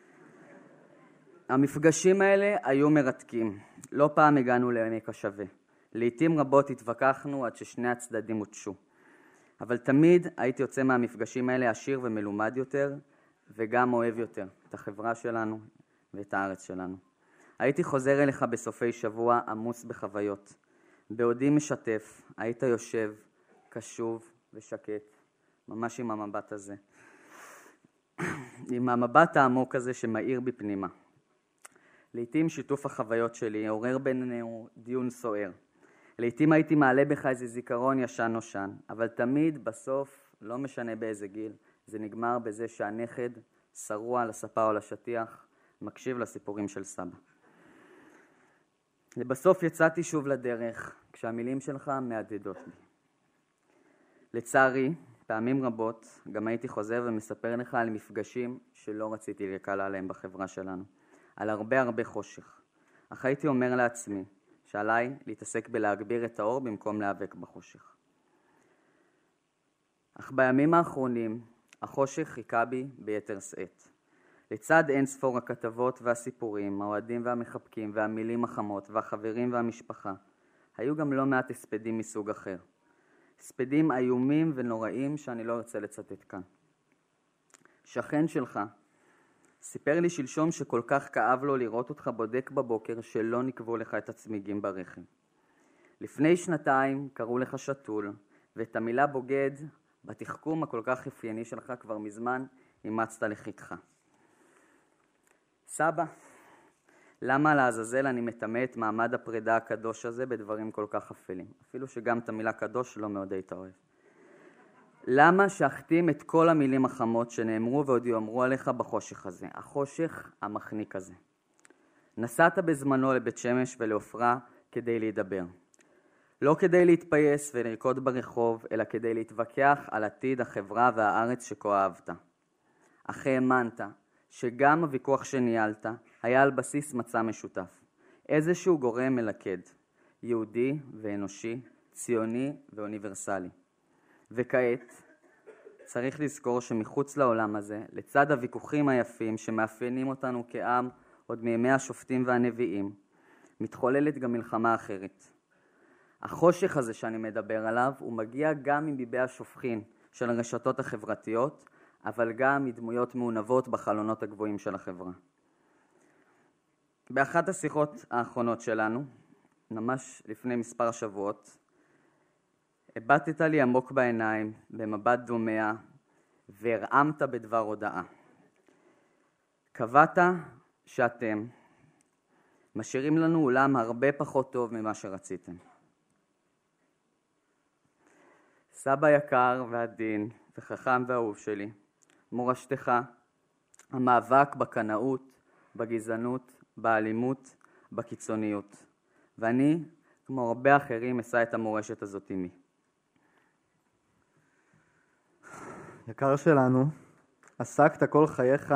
S7: המפגשים האלה היו מרתקים. לא פעם הגענו לעמק השווה. לעתים רבות התווכחנו עד ששני הצדדים הותשו. אבל תמיד הייתי יוצא מהמפגשים האלה עשיר ומלומד יותר, וגם אוהב יותר את החברה שלנו ואת הארץ שלנו. הייתי חוזר אליך בסופי שבוע עמוס בחוויות. בעודי משתף, היית יושב, קשוב ושקט, ממש עם המבט הזה. עם המבט העמוק הזה שמאיר בפנימה. לעתים שיתוף החוויות שלי עורר בינינו דיון סוער. לעתים הייתי מעלה בך איזה זיכרון ישן נושן, אבל תמיד בסוף, לא משנה באיזה גיל, זה נגמר בזה שהנכד שרוע על הספה או על השטיח, מקשיב לסיפורים של סבא. לבסוף יצאתי שוב לדרך, כשהמילים שלך מהדהדות בי. לצערי, פעמים רבות גם הייתי חוזר ומספר לך על מפגשים שלא רציתי לקלה עליהם בחברה שלנו, על הרבה הרבה חושך. אך הייתי אומר לעצמי שעליי להתעסק בלהגביר את האור במקום להיאבק בחושך. אך בימים האחרונים החושך חיכה בי ביתר שאת. לצד אין ספור הכתבות והסיפורים, האוהדים והמחבקים והמילים החמות והחברים והמשפחה, היו גם לא מעט הספדים מסוג אחר. הספדים איומים ונוראים שאני לא ארצה לצטט כאן. שכן שלך סיפר לי שלשום שכל כך כאב לו לראות אותך בודק בבוקר שלא נקבו לך את הצמיגים ברחם. לפני שנתיים קראו לך שתול, ואת המילה בוגד בתחכום הכל כך אופייני שלך כבר מזמן אימצת לחיתך. סבא, למה לעזאזל אני מטמא את מעמד הפרידה הקדוש הזה בדברים כל כך אפלים? אפילו שגם את המילה קדוש לא מאוד היית אוהב. למה שאחתים את כל המילים החמות שנאמרו ועוד יאמרו עליך בחושך הזה, החושך המחניק הזה? נסעת בזמנו לבית שמש ולעופרה כדי להידבר. לא כדי להתפייס ולרקוד ברחוב, אלא כדי להתווכח על עתיד החברה והארץ שכה אהבת. אך האמנת שגם הוויכוח שניהלת היה על בסיס מצע משותף. איזשהו גורם מלכד, יהודי ואנושי, ציוני ואוניברסלי. וכעת צריך לזכור שמחוץ לעולם הזה, לצד הוויכוחים היפים שמאפיינים אותנו כעם עוד מימי השופטים והנביאים, מתחוללת גם מלחמה אחרת. החושך הזה שאני מדבר עליו הוא מגיע גם מביבי השופכין של הרשתות החברתיות, אבל גם מדמויות מעונבות בחלונות הגבוהים של החברה. באחת השיחות האחרונות שלנו, ממש לפני מספר שבועות, הבטת לי עמוק בעיניים, במבט דומע, והרעמת בדבר הודעה. קבעת שאתם משאירים לנו עולם הרבה פחות טוב ממה שרציתם. סבא יקר ועדין וחכם ואהוב שלי, מורשתך, המאבק בקנאות, בגזענות, באלימות, בקיצוניות. ואני, כמו הרבה אחרים, אשא את המורשת הזאת עימי.
S8: יקר שלנו, עסקת כל חייך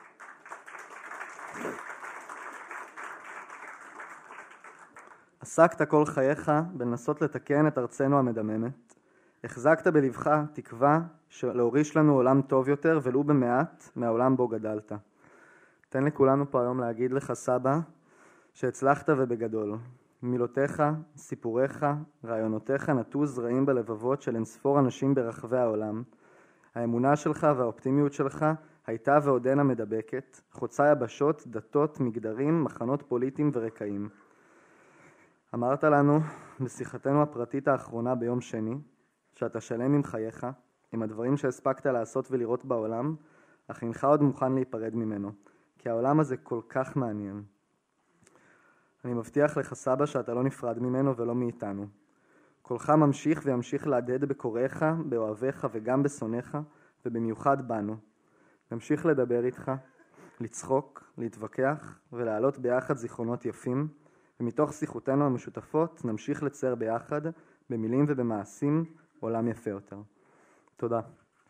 S8: עסקת כל חייך בלנסות לתקן את ארצנו המדממת. החזקת בלבך תקווה להוריש לנו עולם טוב יותר ולו במעט מהעולם בו גדלת. תן לכולנו פה היום להגיד לך סבא שהצלחת ובגדול. מילותיך, סיפוריך, רעיונותיך נטו זרעים בלבבות של אינספור אנשים ברחבי העולם. האמונה שלך והאופטימיות שלך הייתה ועודנה מדבקת, חוצה יבשות, דתות, מגדרים, מחנות פוליטיים ורקעים. אמרת לנו בשיחתנו הפרטית האחרונה ביום שני, שאתה שלם עם חייך, עם הדברים שהספקת לעשות ולראות בעולם, אך אינך עוד מוכן להיפרד ממנו, כי העולם הזה כל כך מעניין. אני מבטיח לך סבא שאתה לא נפרד ממנו ולא מאיתנו. קולך ממשיך וימשיך להדהד בקוראיך, באוהביך וגם בשונאיך, ובמיוחד בנו. נמשיך לדבר איתך, לצחוק, להתווכח ולהעלות ביחד זיכרונות יפים, ומתוך שיחותינו המשותפות נמשיך לצייר ביחד במילים ובמעשים עולם יפה יותר. תודה.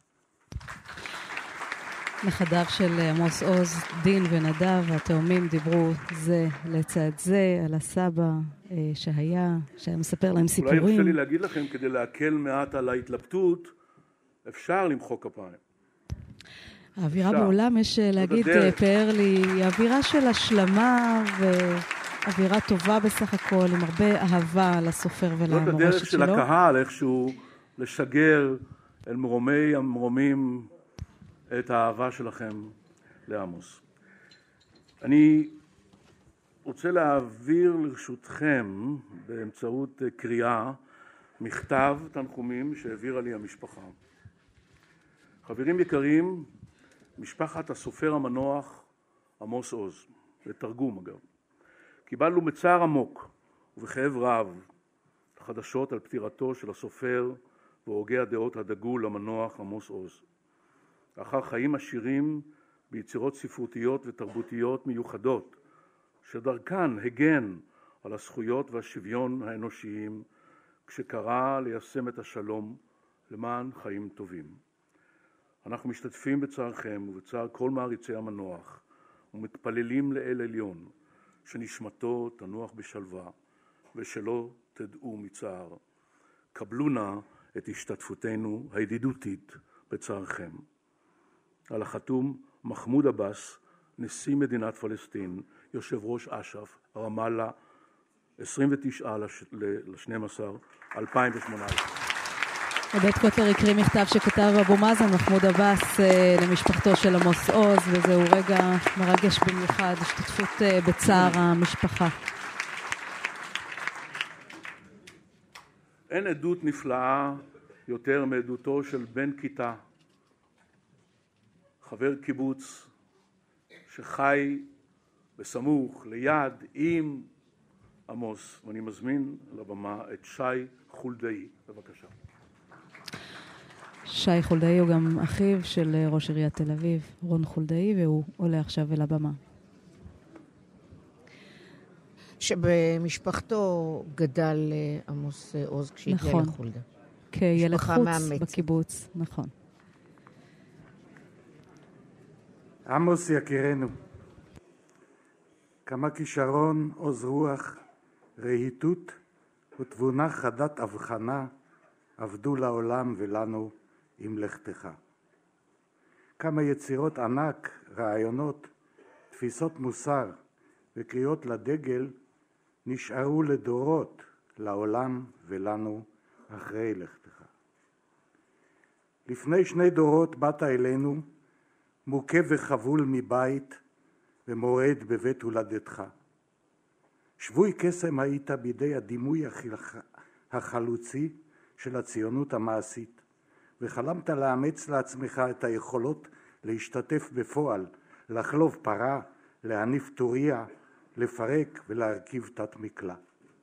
S4: נכדיו של עמוס עוז, דין ונדב, התאומים דיברו זה לצד זה על הסבא שהיה, שהיה מספר להם סיפורים.
S5: אולי ירשה לי להגיד לכם, כדי להקל מעט על ההתלבטות, אפשר למחוא כפיים.
S4: האווירה בעולם, יש להגיד, פארלי, היא אווירה של השלמה ואווירה טובה בסך הכל, עם הרבה אהבה לסופר ולמורשת שלו. זאת הדרך
S5: של הקהל, איכשהו לשגר אל מרומי המרומים את האהבה שלכם לעמוס. אני רוצה להעביר לרשותכם באמצעות קריאה מכתב תנחומים שהעבירה לי המשפחה. חברים יקרים, משפחת הסופר המנוח עמוס עוז, לתרגום אגב, קיבלנו בצער עמוק ובכאב רב חדשות על פטירתו של הסופר והוגה הדעות הדגול המנוח עמוס עוז. לאחר חיים עשירים ביצירות ספרותיות ותרבותיות מיוחדות, שדרכן הגן על הזכויות והשוויון האנושיים, כשקרא ליישם את השלום למען חיים טובים. אנחנו משתתפים בצערכם ובצער כל מעריצי המנוח, ומתפללים לאל עליון, שנשמתו תנוח בשלווה, ושלא תדעו מצער. קבלו נא את השתתפותנו הידידותית בצערכם. על החתום מחמוד עבאס, נשיא מדינת פלסטין, יושב ראש אש"ף, רמאללה, עשרים ותשעה לשנים עשר אלפיים ושמונה עשרה.
S4: עודד קוטלר הקריא מכתב שכתב אבו מאזן מחמוד עבאס למשפחתו של עמוס עוז, וזהו רגע מרגש במיוחד, השתתפות בצער המשפחה.
S5: אין עדות נפלאה יותר מעדותו של בן כיתה, חבר קיבוץ שחי בסמוך, ליד, עם עמוס, ואני מזמין לבמה את שי חולדאי. בבקשה.
S4: שי חולדאי הוא גם אחיו של ראש עיריית תל אביב, רון חולדאי, והוא עולה עכשיו אל הבמה.
S3: שבמשפחתו גדל עמוס עוז כשהגיע
S4: נכון.
S3: לחולדה.
S4: כילד חוץ בקיבוץ, נכון.
S6: עמוס יקירנו, כמה כישרון, עוז רוח, רהיטות ותבונה חדת הבחנה עבדו לעולם ולנו עם לכתך. כמה יצירות ענק, רעיונות, תפיסות מוסר וקריאות לדגל נשארו לדורות לעולם ולנו אחרי לכתך. לפני שני דורות באת אלינו מוכה וחבול מבית ומורד בבית הולדתך. שבוי קסם היית בידי הדימוי החלוצי של הציונות המעשית, וחלמת לאמץ לעצמך את היכולות להשתתף בפועל, לחלוב פרה, להניף טוריה, לפרק ולהרכיב תת מקלה.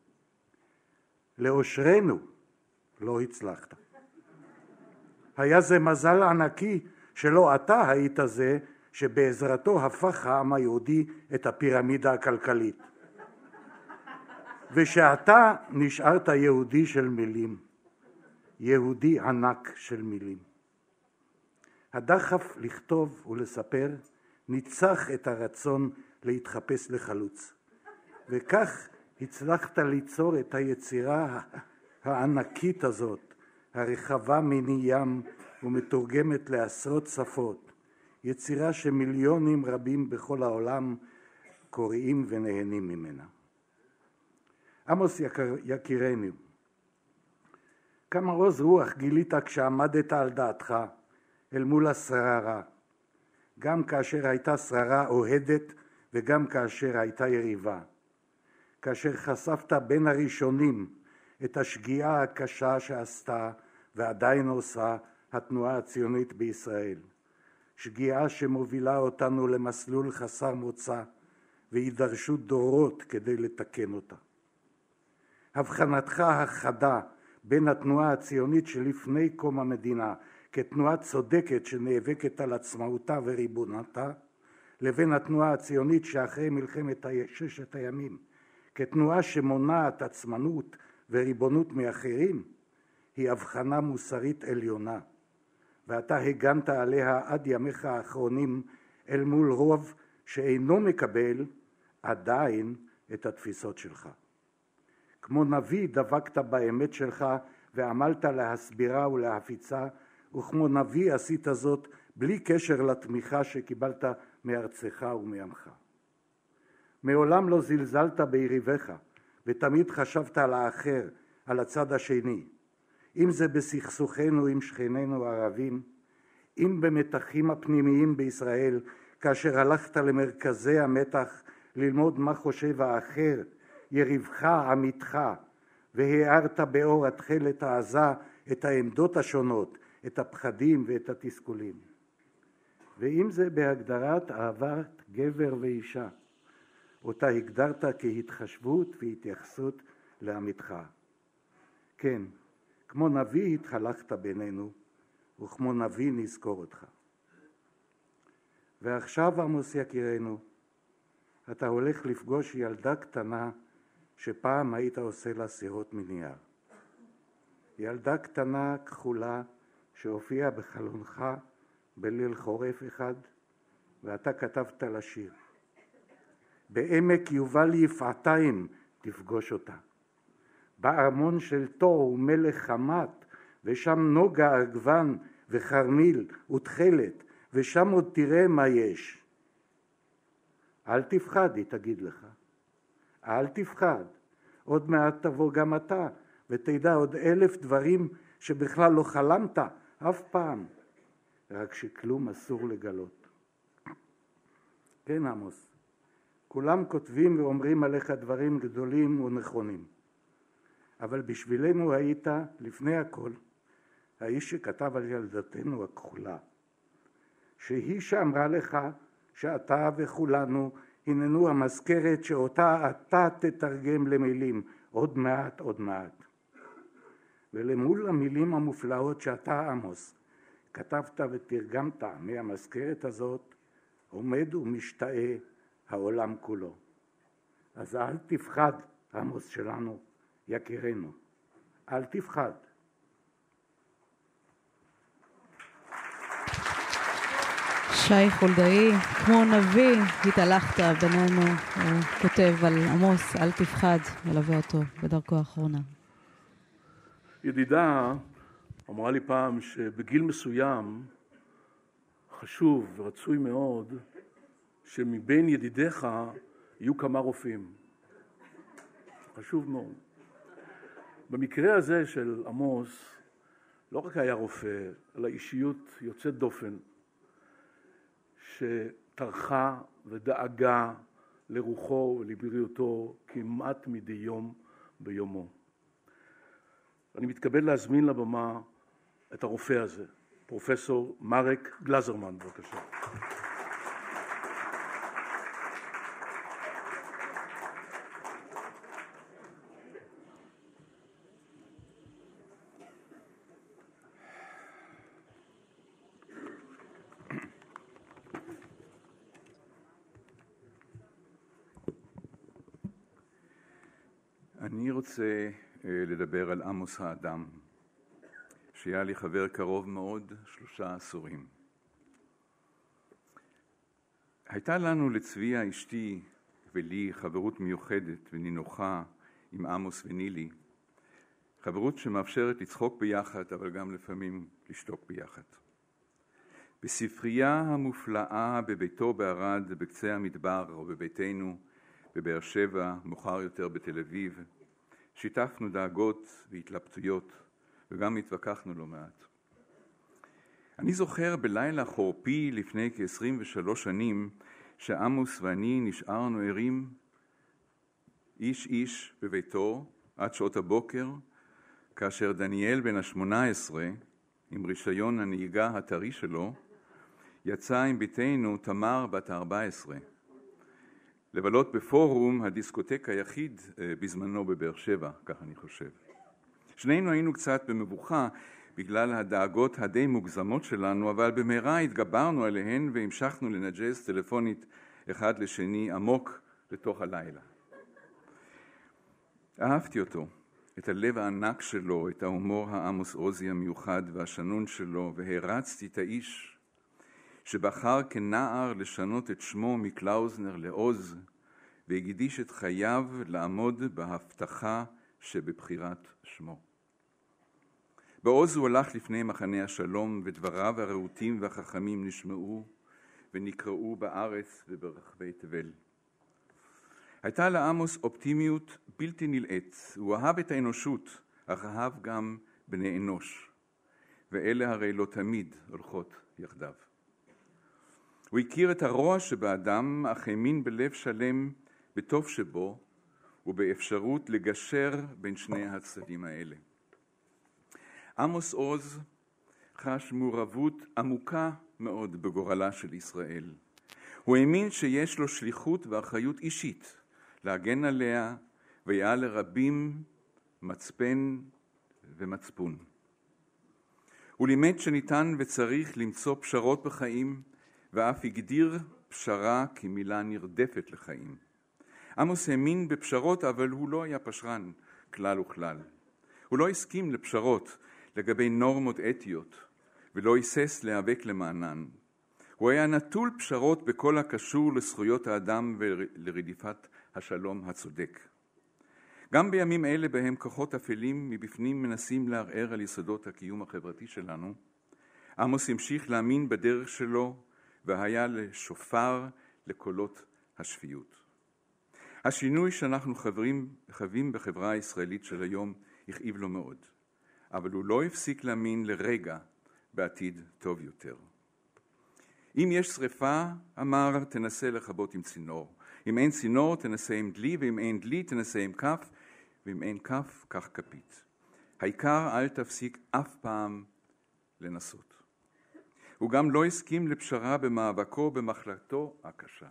S6: לאושרנו לא הצלחת. היה זה מזל ענקי שלא אתה היית זה שבעזרתו הפך העם היהודי את הפירמידה הכלכלית. ושאתה נשארת יהודי של מילים, יהודי ענק של מילים. הדחף לכתוב ולספר ניצח את הרצון להתחפש לחלוץ, וכך הצלחת ליצור את היצירה הענקית הזאת, הרחבה מני ים ומתורגמת לעשרות שפות, יצירה שמיליונים רבים בכל העולם קוראים ונהנים ממנה. עמוס יקירנו, כמה עוז רוח גילית כשעמדת על דעתך אל מול השררה, גם כאשר הייתה שררה אוהדת וגם כאשר הייתה יריבה, כאשר חשפת בין הראשונים את השגיאה הקשה שעשתה ועדיין עושה התנועה הציונית בישראל, שגיאה שמובילה אותנו למסלול חסר מוצא וידרשו דורות כדי לתקן אותה. הבחנתך החדה בין התנועה הציונית שלפני קום המדינה כתנועה צודקת שנאבקת על עצמאותה וריבונותה, לבין התנועה הציונית שאחרי מלחמת ששת הימים, כתנועה שמונעת עצמנות וריבונות מאחרים, היא הבחנה מוסרית עליונה, ואתה הגנת עליה עד ימיך האחרונים אל מול רוב שאינו מקבל עדיין את התפיסות שלך. כמו נביא דבקת באמת שלך ועמלת להסבירה ולהפיצה, וכמו נביא עשית זאת בלי קשר לתמיכה שקיבלת מארצך ומעמך. מעולם לא זלזלת ביריביך, ותמיד חשבת על האחר, על הצד השני, אם זה בסכסוכנו עם שכנינו הערבים, אם במתחים הפנימיים בישראל, כאשר הלכת למרכזי המתח ללמוד מה חושב האחר, יריבך, עמיתך, והארת באור התכלת העזה את העמדות השונות, את הפחדים ואת התסכולים. ואם זה בהגדרת אהבת גבר ואישה, אותה הגדרת כהתחשבות והתייחסות לעמיתך. כן, כמו נביא התחלקת בינינו, וכמו נביא נזכור אותך. ועכשיו עמוס יקירנו, אתה הולך לפגוש ילדה קטנה שפעם היית עושה לה סירות מנייר. ילדה קטנה כחולה שהופיעה בחלונך בליל חורף אחד, ואתה כתבת לה שיר. בעמק יובל יפעתיים תפגוש אותה. בארמון של תור ומלך חמת, ושם נוגה עגבן וחרמיל ותכלת, ושם עוד תראה מה יש. אל תפחד, היא תגיד לך. אל תפחד. עוד מעט תבוא גם אתה, ותדע עוד אלף דברים שבכלל לא חלמת אף פעם. רק שכלום אסור לגלות. כן, עמוס. כולם כותבים ואומרים עליך דברים גדולים ונכונים. אבל בשבילנו היית, לפני הכל, האיש שכתב על ילדתנו הכחולה. שהיא שאמרה לך שאתה וכולנו הננו המזכרת שאותה אתה תתרגם למילים, עוד מעט, עוד מעט. ולמול המילים המופלאות שאתה, עמוס, כתבת ותרגמת מהמזכרת הזאת, עומד ומשתאה העולם כולו. אז אל תפחד, עמוס שלנו, יקירנו. אל תפחד.
S4: שי חולדאי, כמו נביא, התהלכת בינינו, הוא כותב על עמוס, אל תפחד, מלווה אותו בדרכו האחרונה.
S5: ידידה אמרה לי פעם שבגיל מסוים חשוב ורצוי מאוד שמבין ידידיך יהיו כמה רופאים. חשוב מאוד. במקרה הזה של עמוס לא רק היה רופא, אלא אישיות יוצאת דופן שטרחה ודאגה לרוחו ולבריאותו כמעט מדי יום ביומו. אני מתכבד להזמין לבמה את הרופא הזה, פרופסור מרק גלזרמן, בבקשה.
S9: אני רוצה לדבר על עמוס האדם, שהיה לי חבר קרוב מאוד שלושה עשורים. הייתה לנו לצביה אשתי ולי חברות מיוחדת ונינוחה עם עמוס ונילי, חברות שמאפשרת לצחוק ביחד אבל גם לפעמים לשתוק ביחד. בספרייה המופלאה בביתו בערד, בקצה המדבר או בביתנו בבאר שבע, מאוחר יותר בתל אביב, שיתפנו דאגות והתלבטויות וגם התווכחנו לא מעט. אני זוכר בלילה חורפי לפני כ-עשרים ושלוש שנים שעמוס ואני נשארנו ערים איש איש בביתו עד שעות הבוקר, כאשר דניאל בן ה-שמונה עשרה עם רישיון הנהיגה הטרי שלו יצא עם ביתנו תמר בת ה-ארבע עשרה לבלות בפורום הדיסקוטק היחיד בזמנו בבאר שבע, כך אני חושב. שנינו היינו קצת במבוכה, בגלל הדאגות הדי מוגזמות שלנו, אבל במהרה התגברנו עליהן והמשכנו לנג'ס טלפונית אחד לשני עמוק לתוך הלילה. אהבתי אותו, את הלב הענק שלו, את ההומור העמוס עוזי המיוחד והשנון שלו, והרצתי את האיש שבחר כנער לשנות את שמו מקלאוזנר לעוז, והקדיש את חייו לעמוד בהבטחה שבבחירת שמו. בעוז הוא הלך לפני מחנה השלום, ודבריו הרהוטים והחכמים נשמעו ונקראו בארץ וברחבי תבל. הייתה לעמוס אופטימיות בלתי נלאית. הוא אהב את האנושות, אך אהב גם בני אנוש, ואלה הרי לא תמיד הולכות יחדיו. הוא הכיר את הרוע שבאדם, אך האמין בלב שלם בטוב שבו ובאפשרות לגשר בין שני הצדדים האלה. עמוס עוז חש מעורבות עמוקה מאוד בגורלה של ישראל. הוא האמין שיש לו שליחות ואחריות אישית להגן עליה, והיה לרבים מצפן ומצפון. הוא לימד שניתן וצריך למצוא פשרות בחיים, ואף הגדיר פשרה כמילה נרדפת לחיים. עמוס האמין בפשרות, אבל הוא לא היה פשרן כלל וכלל. הוא לא הסכים לפשרות לגבי נורמות אתיות, ולא היסס להיאבק למענן. הוא היה נטול פשרות בכל הקשור לזכויות האדם ולרדיפת השלום הצודק. גם בימים אלה בהם כוחות אפלים מבפנים מנסים לערער על יסודות הקיום החברתי שלנו, עמוס המשיך להאמין בדרך שלו והיה לשופר לקולות השפיות. השינוי שאנחנו חברים, חווים בחברה הישראלית של היום הכאיב לו מאוד, אבל הוא לא הפסיק להאמין לרגע בעתיד טוב יותר. אם יש שריפה, אמר, תנסה לכבות עם צינור. אם אין צינור, תנסה עם דלי, ואם אין דלי, תנסה עם כף, ואם אין כף, כך כפית. העיקר אל תפסיק אף פעם לנסות. הוא גם לא הסכים לפשרה במאבקו במחלתו הקשה.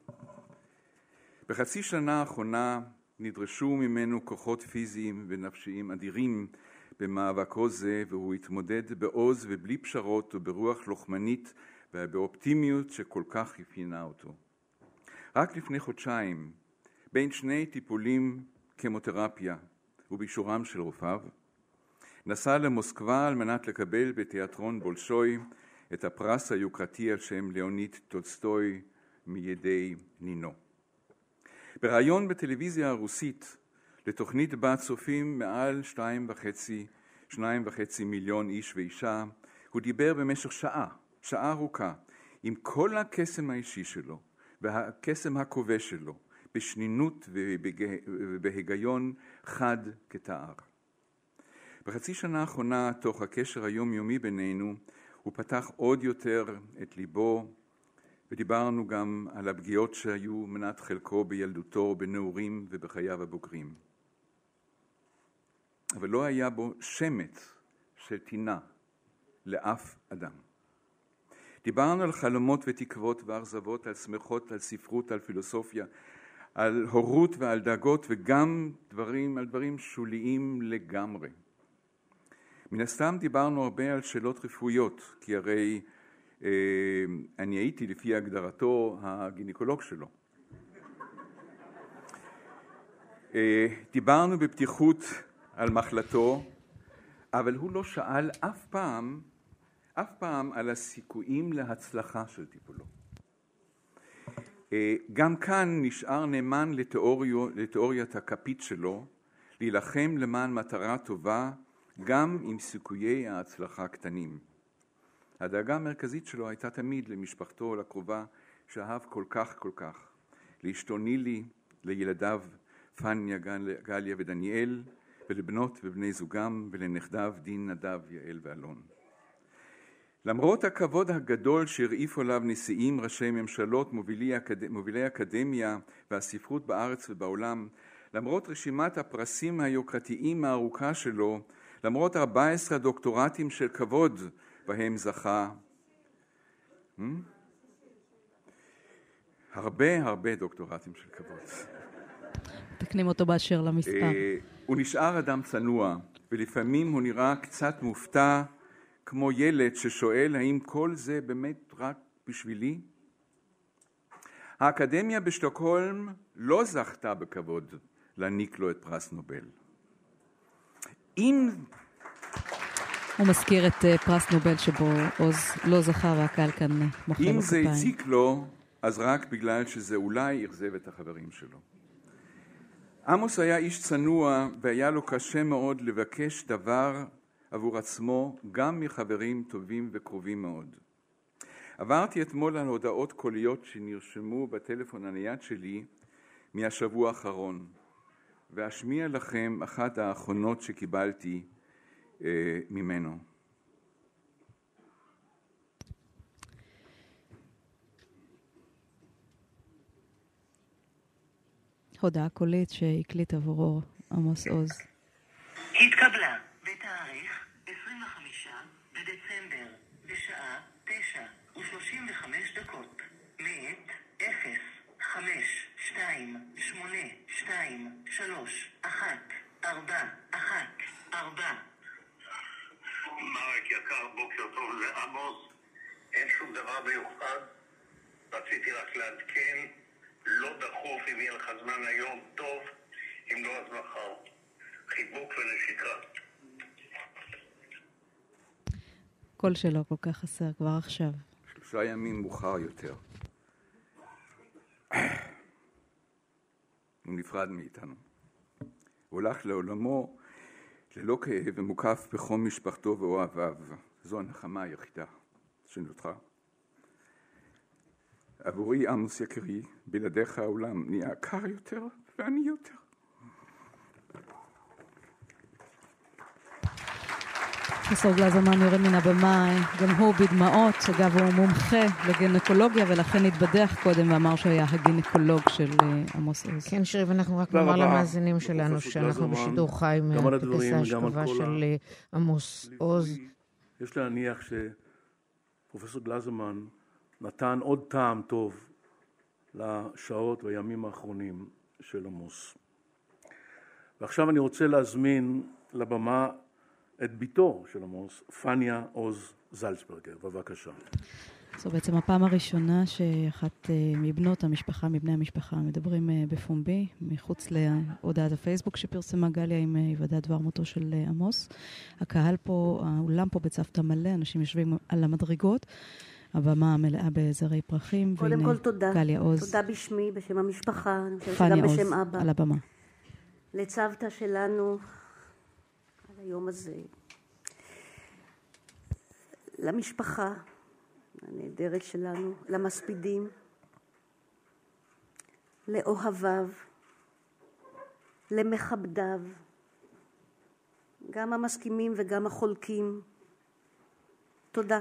S9: בחצי שנה האחרונה נדרשו ממנו כוחות פיזיים ונפשיים אדירים במאבקו זה, והוא התמודד בעוז ובלי פשרות וברוח לוחמנית ובאופטימיות שכל כך הפיינה אותו. רק לפני חודשיים, בין שני טיפולים כימותרפיה ובאישורם של רופאיו, נסע למוסקבה על מנת לקבל בתיאטרון בולשוי את הפרס היוקרתי על שם ליאוניד טולסטוי מידי נינו. בראיון בטלוויזיה הרוסית לתוכנית בת צופים מעל שתיים וחצי, שניים וחצי מיליון איש ואישה, הוא דיבר במשך שעה, שעה ארוכה, עם כל הקסם האישי שלו והקסם הכובש שלו, בשנינות ובהיגיון חד כתער. בחצי שנה האחרונה, תוך הקשר היומיומי בינינו, הוא פתח עוד יותר את ליבו, ודיברנו גם על הפגיעות שהיו מנת חלקו בילדותו, בנעורים ובחייו הבוגרים. אבל לא היה בו שמץ של טינה לאף אדם. דיברנו על חלומות ותקוות ואכזבות, על שמחות, על ספרות, על פילוסופיה, על הורות ועל דאגות, וגם דברים, על דברים שוליים לגמרי. מן הסתם דיברנו הרבה על שאלות רפואיות, כי הרי אה, אני הייתי לפי הגדרתו הגינקולוג שלו. אה, דיברנו בפתיחות על מחלתו, אבל הוא לא שאל אף פעם, אף פעם על הסיכויים להצלחה של טיפולו. אה, גם כאן נשאר נאמן לתיאוריו, לתיאוריית הכפית שלו, להילחם למען מטרה טובה, גם עם סיכויי ההצלחה קטנים. הדאגה המרכזית שלו הייתה תמיד למשפחתו, לקרובה, שאהב כל כך כל כך. לאשתו נילי, לילדיו פניה, גליה ודניאל, ולבנות ובני זוגם, ולנכדיו דין, נדב, יעל ואלון. למרות הכבוד הגדול שהרעיפו עליו נשיאים, ראשי ממשלות, מובילי, אקד... מובילי אקדמיה והספרות בארץ ובעולם, למרות רשימת הפרסים היוקרתיים הארוכה שלו, למרות ארבעה עשר דוקטורטים של כבוד בהם זכה, hmm? הרבה הרבה דוקטורטים של כבוד.
S4: תקנים אותו באשר למספר.
S9: הוא נשאר אדם צנוע, ולפעמים הוא נראה קצת מופתע כמו ילד ששואל האם כל זה באמת רק בשבילי? האקדמיה בשטוקהולם לא זכתה בכבוד להעניק לו את פרס נובל. אם...
S4: הוא מזכיר את פרס נובל שבו עוז לא זכה והקהל כאן מוחא לו כפיים.
S9: אם זה הציק לו, אז רק בגלל שזה אולי ירזב את החברים שלו. עמוס היה איש צנוע והיה לו קשה מאוד לבקש דבר עבור עצמו גם מחברים טובים וקרובים מאוד. עברתי אתמול על הודעות קוליות שנרשמו בטלפון הנייד שלי מהשבוע האחרון, ואשמיע לכם אחת האחרונות שקיבלתי אה, ממנו.
S4: הודעה קולית שהקליט עבורו עמוס עוז.
S10: התקבלה בתאריך עשרים וחמישה בדצמבר בשעה תשע ושלושים וחמש דקות מאת אפס חמש שתיים שמונה שתיים שלוש אחת ארבע אחת ארבע.
S11: מרק יקר, בוקר טוב, זה עמוס. אין שום דבר מיוחד, רציתי רק לעדכן, לא דחוף אם יהיה לך זמן היום, טוב, אם לא אז מחר. חיבוק ונשיקה.
S4: קול שלו כל כך חסר כבר עכשיו.
S9: שלושה ימים מאוחר יותר. הוא נפרד מאיתנו. הוא הולך לעולמו ללא כאב ומוקף בחום משפחתו ואוהביו. זו הנחמה היחידה שנותרה. עבורי עמוס יקרי, בלעדיך העולם נהיה קר יותר ואני יותר.
S4: פרופסור גלזרמן יורד מן הבמה, גם הוא בדמעות, אגב הוא מומחה לגינקולוגיה ולכן התבדח קודם ואמר שהיה הגינקולוג של עמוס עוז.
S3: כן שרי, ואנחנו רק נאמר למאזינים שלנו שאנחנו בשידור חי מהטקס ההשכבה של עמוס עוז.
S5: יש להניח שפרופסור גלזרמן נתן עוד טעם טוב לשעות והימים האחרונים של עמוס. ועכשיו אני רוצה להזמין לבמה את ביתו של עמוס, פניה עוז זלצברגר. בבקשה.
S4: זו בעצם הפעם הראשונה שאחת מבנות המשפחה, מבני המשפחה, מדברים בפומבי, מחוץ להודעת הפייסבוק שפרסמה גליה עם היוודע דבר מותו של עמוס. הקהל פה, האולם פה בצוותא מלא, אנשים יושבים על המדרגות, הבמה מלאה בזרי פרחים.
S12: קודם כל תודה.
S4: גליה עוז.
S12: תודה בשמי, בשם המשפחה, אני חושבת
S4: שגם
S12: בשם אבא.
S4: על הבמה.
S12: לצוותא שלנו, על היום הזה. למשפחה הנהדרת שלנו, למספידים, לאוהביו, למכבדיו, גם המסכימים וגם החולקים. תודה.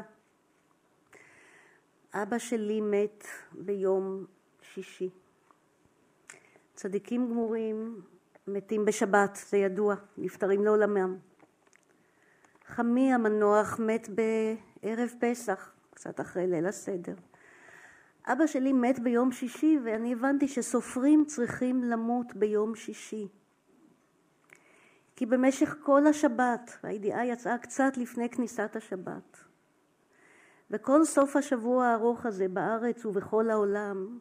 S12: אבא שלי מת ביום שישי. צדיקים גמורים מתים בשבת, זה ידוע, נפטרים לעולמם. חמי המנוח מת בערב פסח, קצת אחרי ליל הסדר. אבא שלי מת ביום שישי ואני הבנתי שסופרים צריכים למות ביום שישי. כי במשך כל השבת, הידיעה יצאה קצת לפני כניסת השבת. וכל סוף השבוע הארוך הזה בארץ ובכל העולם,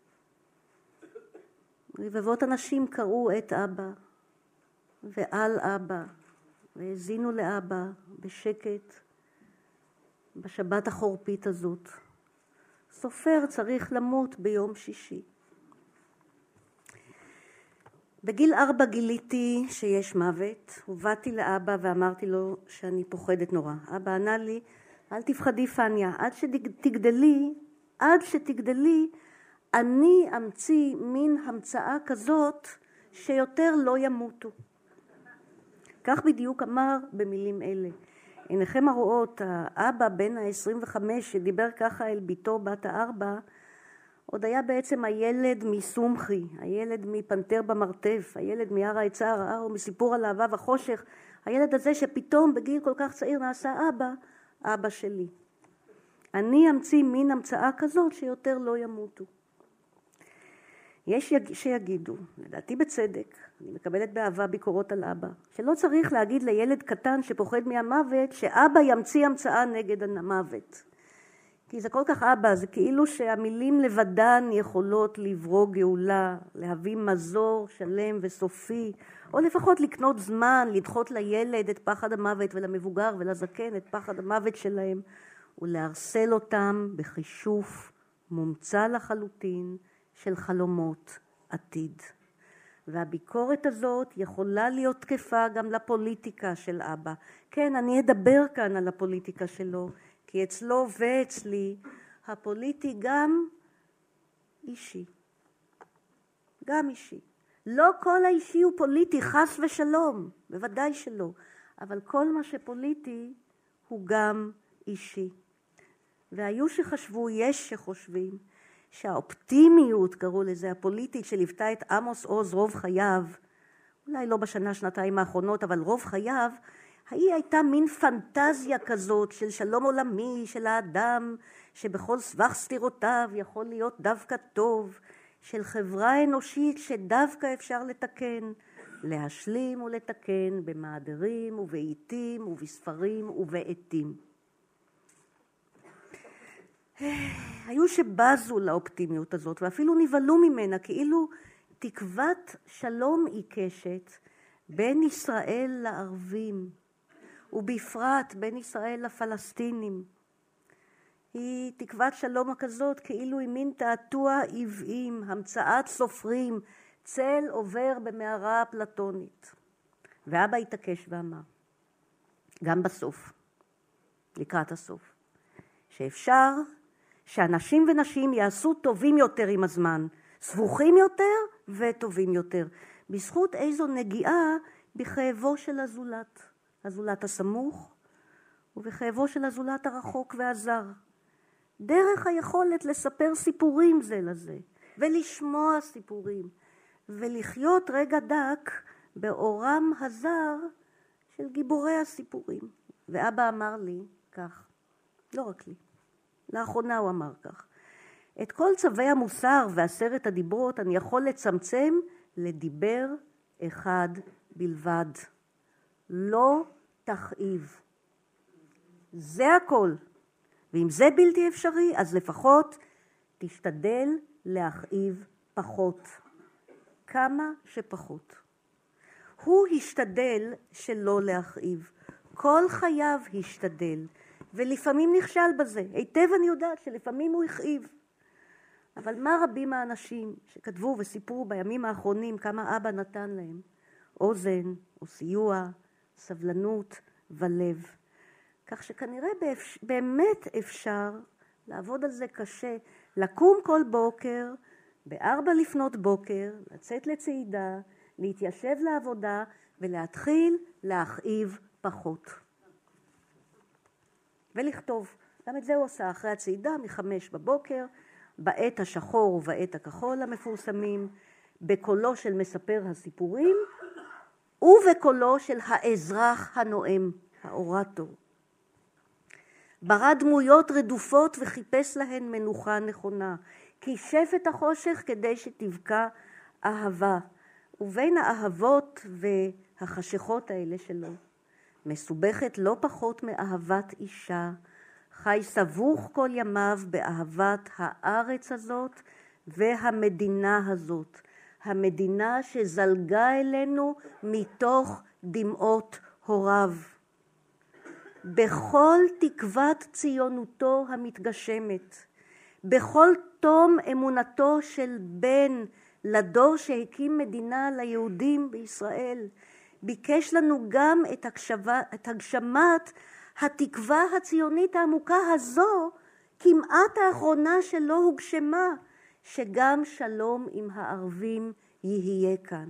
S12: רבבות אנשים קראו את אבא ועל אבא, והזינו לאבא בשקט בשבת החורפית הזאת. סופר צריך למות ביום שישי. בגיל ארבע גיליתי שיש מוות, ובאתי לאבא ואמרתי לו שאני פוחדת נורא. אבא ענה לי, אל תפחדי פניה, עד שתגדלי, עד שתגדלי, אני אמציא מין המצאה כזאת שיותר לא ימותו. כך בדיוק אמר במילים אלה. עיניכם הרואות, האבא בן ה-עשרים וחמש שדיבר ככה אל ביתו בת הארבע, עוד היה בעצם הילד מסומכי, הילד מפנתר במרתף, הילד מיער העצה הרעה או מסיפור על אהבה וחושך, הילד הזה שפתאום בגיל כל כך צעיר נעשה אבא, אבא שלי. אני אמציא מין המצאה כזאת שיותר לא ימותו. יש שיגידו, לדעתי בצדק, אני מקבלת באהבה ביקורות על אבא, שלא צריך להגיד לילד קטן שפוחד מהמוות, שאבא ימציא המצאה נגד המוות. כי זה כל כך אבא, זה כאילו שהמילים לבדן יכולות לברוא גאולה, להביא מזור שלם וסופי, או לפחות לקנות זמן, לדחות לילד את פחד המוות ולמבוגר ולזקן את פחד המוות שלהם, ולהרסל אותם בחישוף מומצא לחלוטין של חלומות עתיד. והביקורת הזאת יכולה להיות תקפה גם לפוליטיקה של אבא. כן, אני אדבר כאן על הפוליטיקה שלו, כי אצלו ואצלי הפוליטי גם אישי. גם אישי. לא כל האישי הוא פוליטי, חס ושלום, בוודאי שלא. אבל כל מה שפוליטי הוא גם אישי. והיו שחשבו, יש שחושבים, שהאופטימיות, קראו לזה, הפוליטית שליוותה את עמוס עוז רוב חייו, אולי לא בשנה, שנתיים האחרונות, אבל רוב חייו, היא הייתה מין פנטזיה כזאת של שלום עולמי, של האדם, שבכל סבך סתירותיו יכול להיות דווקא טוב, של חברה אנושית שדווקא אפשר לתקן, להשלים ולתקן במעדרים ובעיתים ובספרים ובעתים. היו שבזו לאופטימיות הזאת ואפילו נבהלו ממנה, כאילו תקוות שלום עיקשת בין ישראל לערבים, ובפרט בין ישראל לפלסטינים. היא תקוות שלום הכזאת כאילו היא מין תעתוע עוועים, המצאת סופרים, צל עובר במערה אפלטונית. ואבא התעקש ואמר, גם בסוף, לקראת הסוף, שאפשר שאנשים ונשים יעשו טובים יותר עם הזמן, סבוכים יותר וטובים יותר, בזכות איזו נגיעה בכאבו של הזולת, הזולת הסמוך, ובכאבו של הזולת הרחוק והזר. דרך היכולת לספר סיפורים זה לזה, ולשמוע סיפורים, ולחיות רגע דק באורם הזר של גיבורי הסיפורים. ואבא אמר לי כך, לא רק לי, לאחרונה הוא אמר כך, את כל צווי המוסר ועשרת הדיברות אני יכול לצמצם לדיבר אחד בלבד. לא תכאיב. זה הכל. ואם זה בלתי אפשרי, אז לפחות תשתדל להכאיב פחות. כמה שפחות. הוא השתדל שלא להכאיב. כל חייו השתדל. ולפעמים נכשל בזה. היטב אני יודעת שלפעמים הוא הכאיב. אבל מה רבים האנשים שכתבו וסיפרו בימים האחרונים כמה אבא נתן להם? אוזן או סיוע, סבלנות ולב. כך שכנראה באמת אפשר לעבוד על זה קשה, לקום כל בוקר, בארבע לפנות בוקר, לצאת לצעידה, להתיישב לעבודה ולהתחיל להכאיב פחות. ולכתוב. גם את זה הוא עושה אחרי הצעידה מחמש בבוקר, בעת השחור ובעת הכחול המפורסמים, בקולו של מספר הסיפורים, ובקולו של האזרח הנואם, האורטור. ברא דמויות רדופות וחיפש להן מנוחה נכונה, כישף את החושך כדי שתבקע אהבה, ובין האהבות והחשכות האלה שלו, מסובכת לא פחות מאהבת אישה, חי סבוך כל ימיו באהבת הארץ הזאת והמדינה הזאת, המדינה שזלגה אלינו מתוך דמעות הוריו. בכל תקוות ציונותו המתגשמת, בכל תום אמונתו של בן לדור שהקים מדינה ליהודים בישראל, ביקש לנו גם את, הקשבה, את הגשמת התקווה הציונית העמוקה הזו, כמעט האחרונה שלא הוגשמה, שגם שלום עם הערבים יהיה כאן.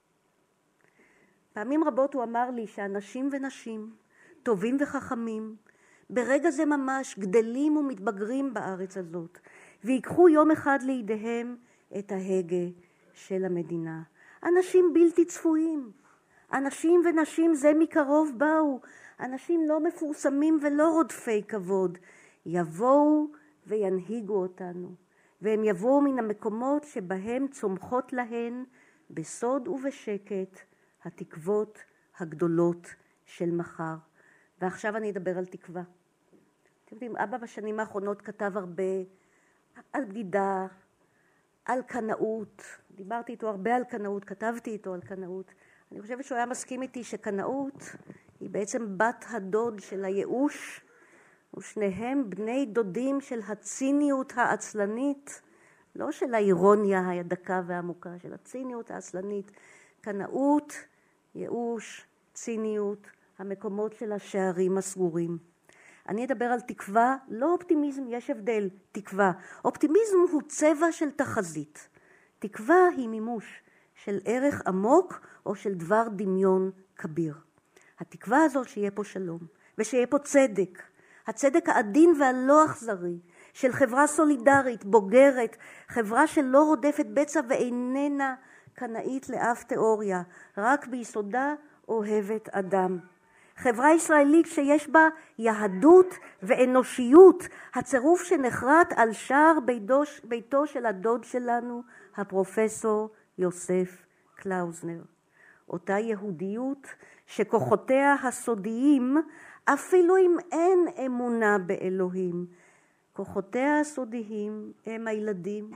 S12: פעמים רבות הוא אמר לי שאנשים ונשים, טובים וחכמים, ברגע זה ממש גדלים ומתבגרים בארץ הזאת, ויקחו יום אחד לידיהם את ההגה של המדינה. אנשים בלתי צפויים, אנשים ונשים זה מקרוב באו, אנשים לא מפורסמים ולא רודפי כבוד, יבואו וינהיגו אותנו, והם יבואו מן המקומות שבהם צומחות להן בסוד ובשקט התקוות הגדולות של מחר. ועכשיו אני אדבר על תקווה. אתם יודעים, אבא בשנים האחרונות כתב הרבה על בגידה, על קנאות. דיברתי איתו הרבה על קנאות, כתבתי איתו על קנאות. אני חושבת שהוא היה מסכים איתי שקנאות היא בעצם בת הדוד של הייאוש, ושניהם בני דודים של הציניות העצלנית, לא של האירוניה הדקה והעמוקה, של הציניות העצלנית. קנאות, ייאוש, ציניות, המקומות של השערים הסגורים. אני אדבר על תקווה, לא אופטימיזם, יש הבדל, תקווה. אופטימיזם הוא צבע של תחזית. תקווה היא מימוש של ערך עמוק או של דבר דמיון כביר. התקווה הזאת שיהיה פה שלום ושיהיה פה צדק, הצדק העדין והלא אכזרי, של חברה סולידרית, בוגרת, חברה שלא רודפת בצע ואיננה קנאית לאף תיאוריה, רק ביסודה אוהבת אדם. חברה ישראלית שיש בה יהדות ואנושיות, הצירוף שנחרט על שער ביתו, ביתו של הדוד שלנו, הפרופסור יוסף קלאוזנר. אותה יהודיות שכוחותיה הסודיים, אפילו אם אין אמונה באלוהים, כוחותיה הסודיים הם הילדים.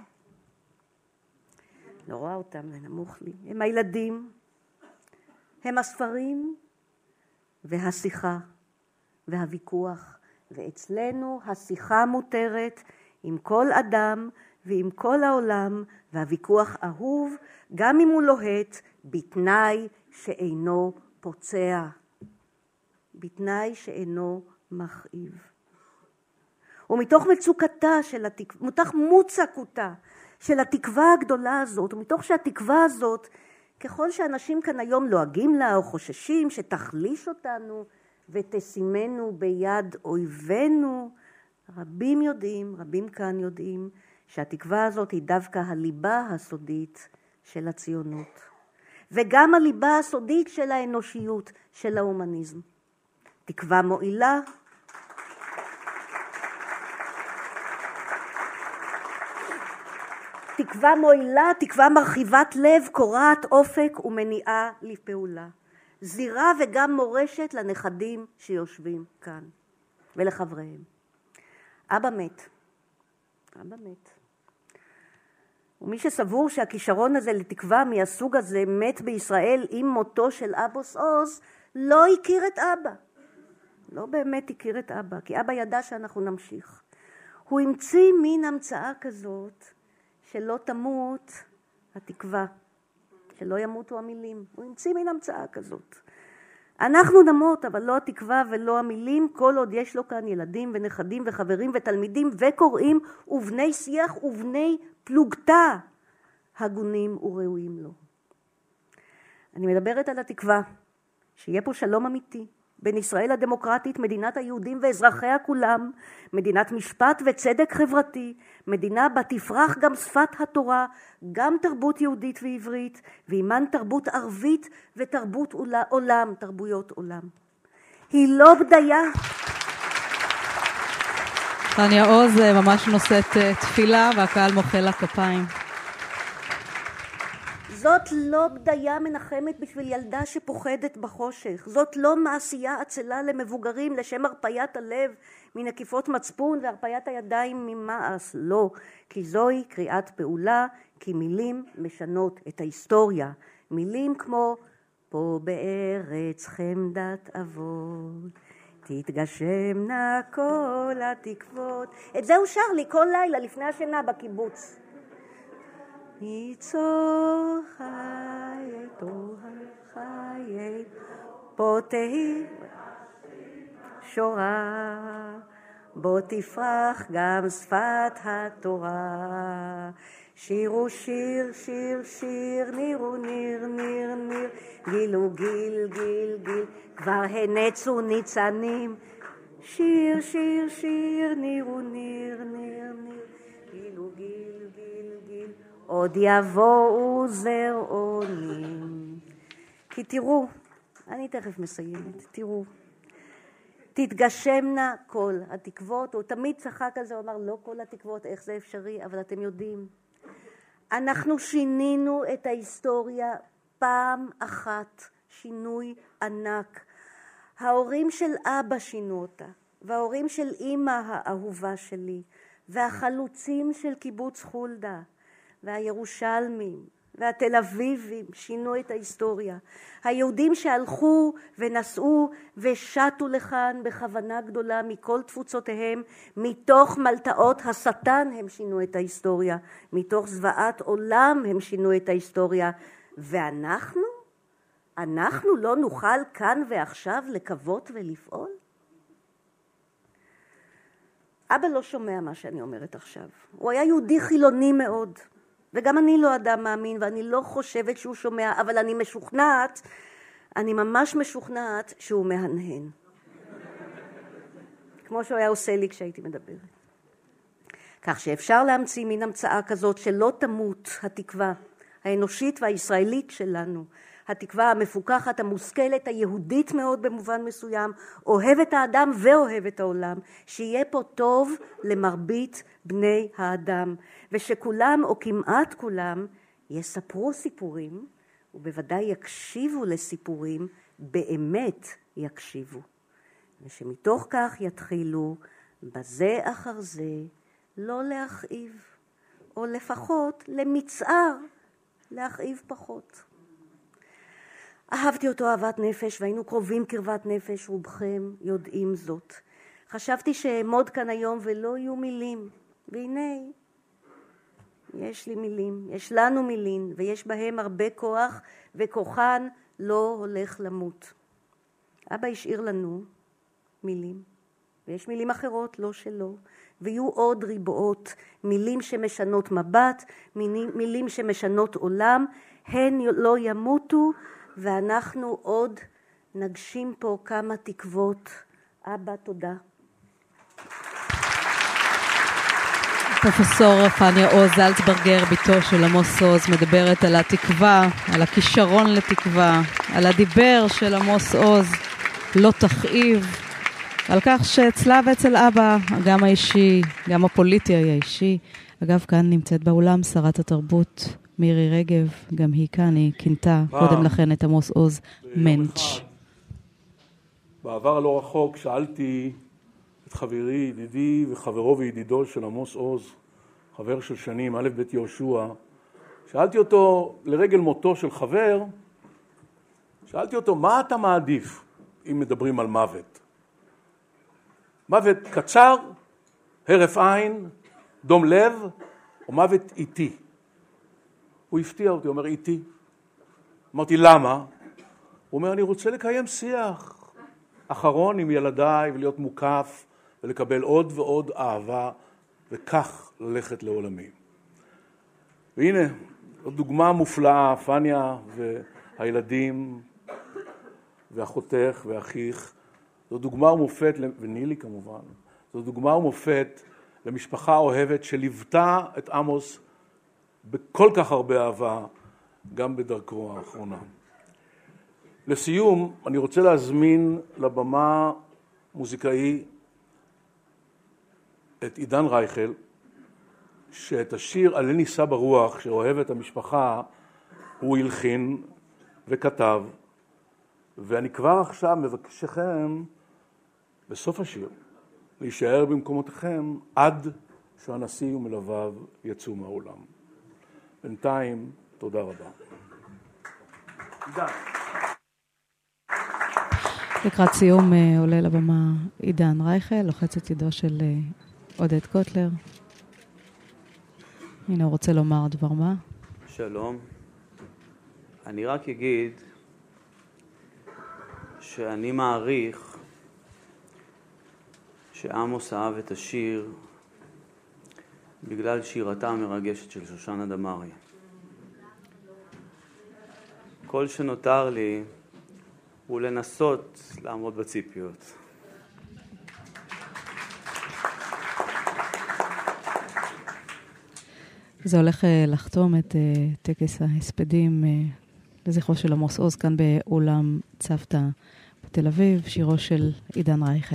S12: לא רואה אותם, זה נמוך לי. הם הילדים, הם הספרים והשיחה והוויכוח. ואצלנו השיחה מותרת עם כל אדם ועם כל העולם, והוויכוח אהוב, גם אם הוא לוהט, בתנאי שאינו פוצע, בתנאי שאינו מכאיב. ומתוך מצוקתה של התקווה, מתוך מוצקותה של התקווה הגדולה הזאת, ומתוך שהתקווה הזאת, ככל שאנשים כאן היום לועגים לה או חוששים שתחליש אותנו ותשימנו ביד אויבינו, רבים יודעים, רבים כאן יודעים, שהתקווה הזאת היא דווקא הליבה הסודית של הציונות. וגם הליבה הסודית של האנושיות, של ההומניזם. תקווה מועילה, תקווה מועילה, תקווה מרחיבת לב, קורעת אופק ומניעה לפעולה. זירה וגם מורשת לנכדים שיושבים כאן ולחבריהם. אבא מת. אבא מת. ומי שסבור שהכישרון הזה לתקווה מהסוג הזה מת בישראל עם מותו של עמוס עוז, לא הכיר את אבא. לא באמת הכיר את אבא, כי אבא ידע שאנחנו נמשיך. הוא המציא מין המצאה כזאת, שלא תמות התקווה, שלא ימותו המילים. הוא המציא מין המצאה כזאת. אנחנו נמות, אבל לא התקווה ולא המילים, כל עוד יש לו כאן ילדים ונכדים וחברים ותלמידים וקוראים ובני שיח ובני פלוגתא הגונים וראויים לו. אני מדברת על התקווה, שיהיה פה שלום אמיתי, בין ישראל הדמוקרטית, מדינת היהודים ואזרחיה כולם, מדינת משפט וצדק חברתי, מדינה בה תפרח גם שפת התורה, גם תרבות יהודית ועברית, ועימן תרבות ערבית ותרבות עולם, תרבויות עולם. היא לא בדיה.
S4: חניה עוז ממש נושאת תפילה והקהל מוחא לה כפיים.
S12: זאת לא בדיה מנחמת בשביל ילדה שפוחדת בחושך. זאת לא מעשייה עצלה למבוגרים לשם הרפיית הלב מנקיפות מצפון והרפיית הידיים ממעש. לא, כי זוהי קריאת פעולה, כי מילים משנות את ההיסטוריה. מילים כמו פה בארץ חמדת אבות, תתגשמנה כל התקוות. את זה הוא שר לי כל לילה לפני השינה בקיבוץ. ניצור חיי תוהר חיי פה תהי שורה, בו תפרח גם שפת התורה. שירו שיר שיר שיר, נירו ניר ניר ניר, גילו גיל גיל גיל, כבר הנצו ניצנים. שיר שיר שיר, נירו ניר ניר ניר, גילו גיל גיל גיל, עוד יבואו זרעונים. כי תראו, אני תכף מסיימת, תראו, תתגשמנה כל התקוות. הוא תמיד צחק על זה, הוא אמר, לא כל התקוות, איך זה אפשרי? אבל אתם יודעים, אנחנו שינינו את ההיסטוריה פעם אחת, שינוי ענק. ההורים של אבא שינו אותה, וההורים של אמא האהובה שלי, והחלוצים של קיבוץ חולדה, והירושלמים, והתל אביבים שינו את ההיסטוריה. היהודים שהלכו ונסעו ושטו לכאן בכוונה גדולה מכל תפוצותיהם, מתוך מלטעות השטן הם שינו את ההיסטוריה, מתוך זוועת עולם הם שינו את ההיסטוריה. ואנחנו? אנחנו לא נוכל כאן ועכשיו לקוות ולפעול? אבא לא שומע מה שאני אומרת עכשיו. הוא היה יהודי חילוני מאוד. וגם אני לא אדם מאמין, ואני לא חושבת שהוא שומע, אבל אני משוכנעת, אני ממש משוכנעת שהוא מהנהן. כמו שהוא היה עושה לי כשהייתי מדברת. כך שאפשר להמציא מין המצאה כזאת שלא תמות התקווה האנושית והישראלית שלנו, התקווה המפוקחת, המושכלת, היהודית מאוד במובן מסוים, אוהבת האדם ואוהבת העולם, שיהיה פה טוב למרבית בני האדם, ושכולם או כמעט כולם יספרו סיפורים, ובוודאי יקשיבו לסיפורים, באמת יקשיבו. ושמתוך כך יתחילו בזה אחר זה לא להכאיב, או לפחות למצער להכאיב פחות. אהבתי אותו אהבת נפש, והיינו קרובים קרבת נפש, רובכם יודעים זאת. חשבתי שאעמוד כאן היום ולא יהיו מילים, והנה, יש לי מילים, יש לנו מילים, ויש בהם הרבה כוח, וכוחן לא הולך למות. אבא השאיר לנו מילים, ויש מילים אחרות, לא שלו, ויהיו עוד ריבועות, מילים שמשנות מבט, מילים, מילים שמשנות עולם, הן לא ימותו, ואנחנו עוד נגשים פה כמה תקוות. אבא, תודה.
S4: פרופסור פניה עוז זלצברגר, ביתו של עמוס עוז, מדברת על התקווה, על הכישרון לתקווה, על הדיבר של עמוס עוז, לא תכאיב, על כך שאצלה ואצל אבא, גם האישי, גם הפוליטי היה אישי. אגב, כאן נמצאת באולם שרת התרבות, מירי רגב, גם היא כאן, היא כינתה קודם לכן את עמוס עוז מנץ'.
S5: בעבר הלא רחוק שאלתי את חברי, ידידי וחברו וידידו של עמוס עוז, חבר של שנים, א' בית יהושע, שאלתי אותו לרגל מותו של חבר, שאלתי אותו, מה אתה מעדיף אם מדברים על מוות? מוות קצר, הרף עין, דום לב, או מוות איטי? הוא הפתיע אותי, הוא אומר, איטי. אמרתי, למה? הוא אומר, אני רוצה לקיים שיח אחרון עם ילדיי ולהיות מוקף ולקבל עוד ועוד אהבה וכך ללכת לעולמי. והנה, זו דוגמה מופלאה, פניה והילדים ואחותך ואחיך, זו דוגמה ומופת, ונילי כמובן, זו דוגמה ומופת למשפחה אוהבת שליוותה את עמוס בכל כך הרבה אהבה, גם בדרכו האחרונה. לסיום, אני רוצה להזמין לבמה מוזיקאי את עידן רייכל, שאת השיר עלה ניסה ברוח, שאוהב את המשפחה, הוא הלחין וכתב, ואני כבר עכשיו מבקשכם בסוף השיר להישאר במקומותיכם עד שהנשיא ומלוויו יצאו מהאולם. בינתיים, תודה רבה. עידן.
S4: לקראת סיום עולה לבמה עידן רייכל, לוחץ את ידו של עודד קוטלר. הנה, הוא רוצה לומר דבר מה.
S13: שלום. אני רק אגיד שאני מעריך שעמוס אהב את השיר בגלל שירתה המרגשת של שושנה דמארי. כל שנותר לי הוא לנסות לעמוד בציפיות.
S4: זה הולך לחתום את טקס ההספדים לזכרו של עמוס עוז כאן באולם צוותא בתל אביב, שירו של עידן רייכל.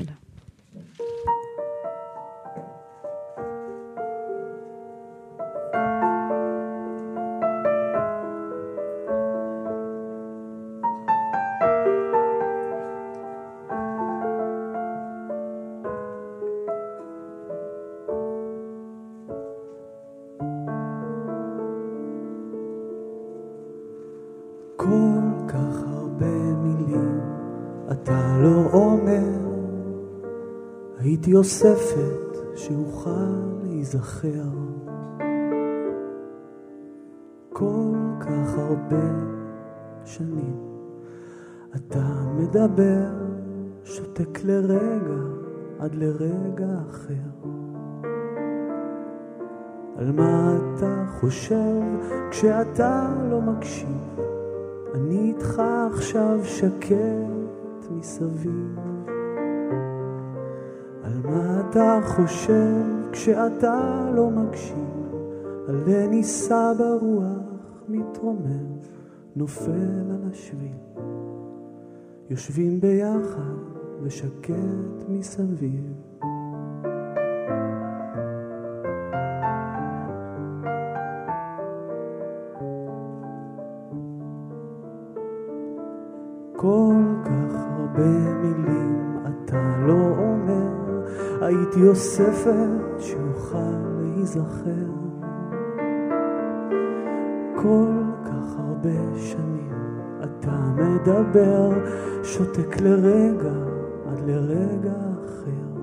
S14: הייתי אוספת שאוכל להיזכר כל כך הרבה שנים. אתה מדבר, שותק לרגע עד לרגע אחר. על מה אתה חושב כשאתה לא מקשיב? אני איתך עכשיו שקט מסביב. על מה אתה חושב כשאתה לא מקשיב? עלה ניסה ברוח, מתרומם, נופל על השביל. יושבים ביחד ושקט מסביב. כל כך הרבה מילים אתה לא אומר, הייתי אוספת שאוכל להיזכר. כל כך הרבה שנים אתה מדבר, שותק לרגע עד לרגע אחר.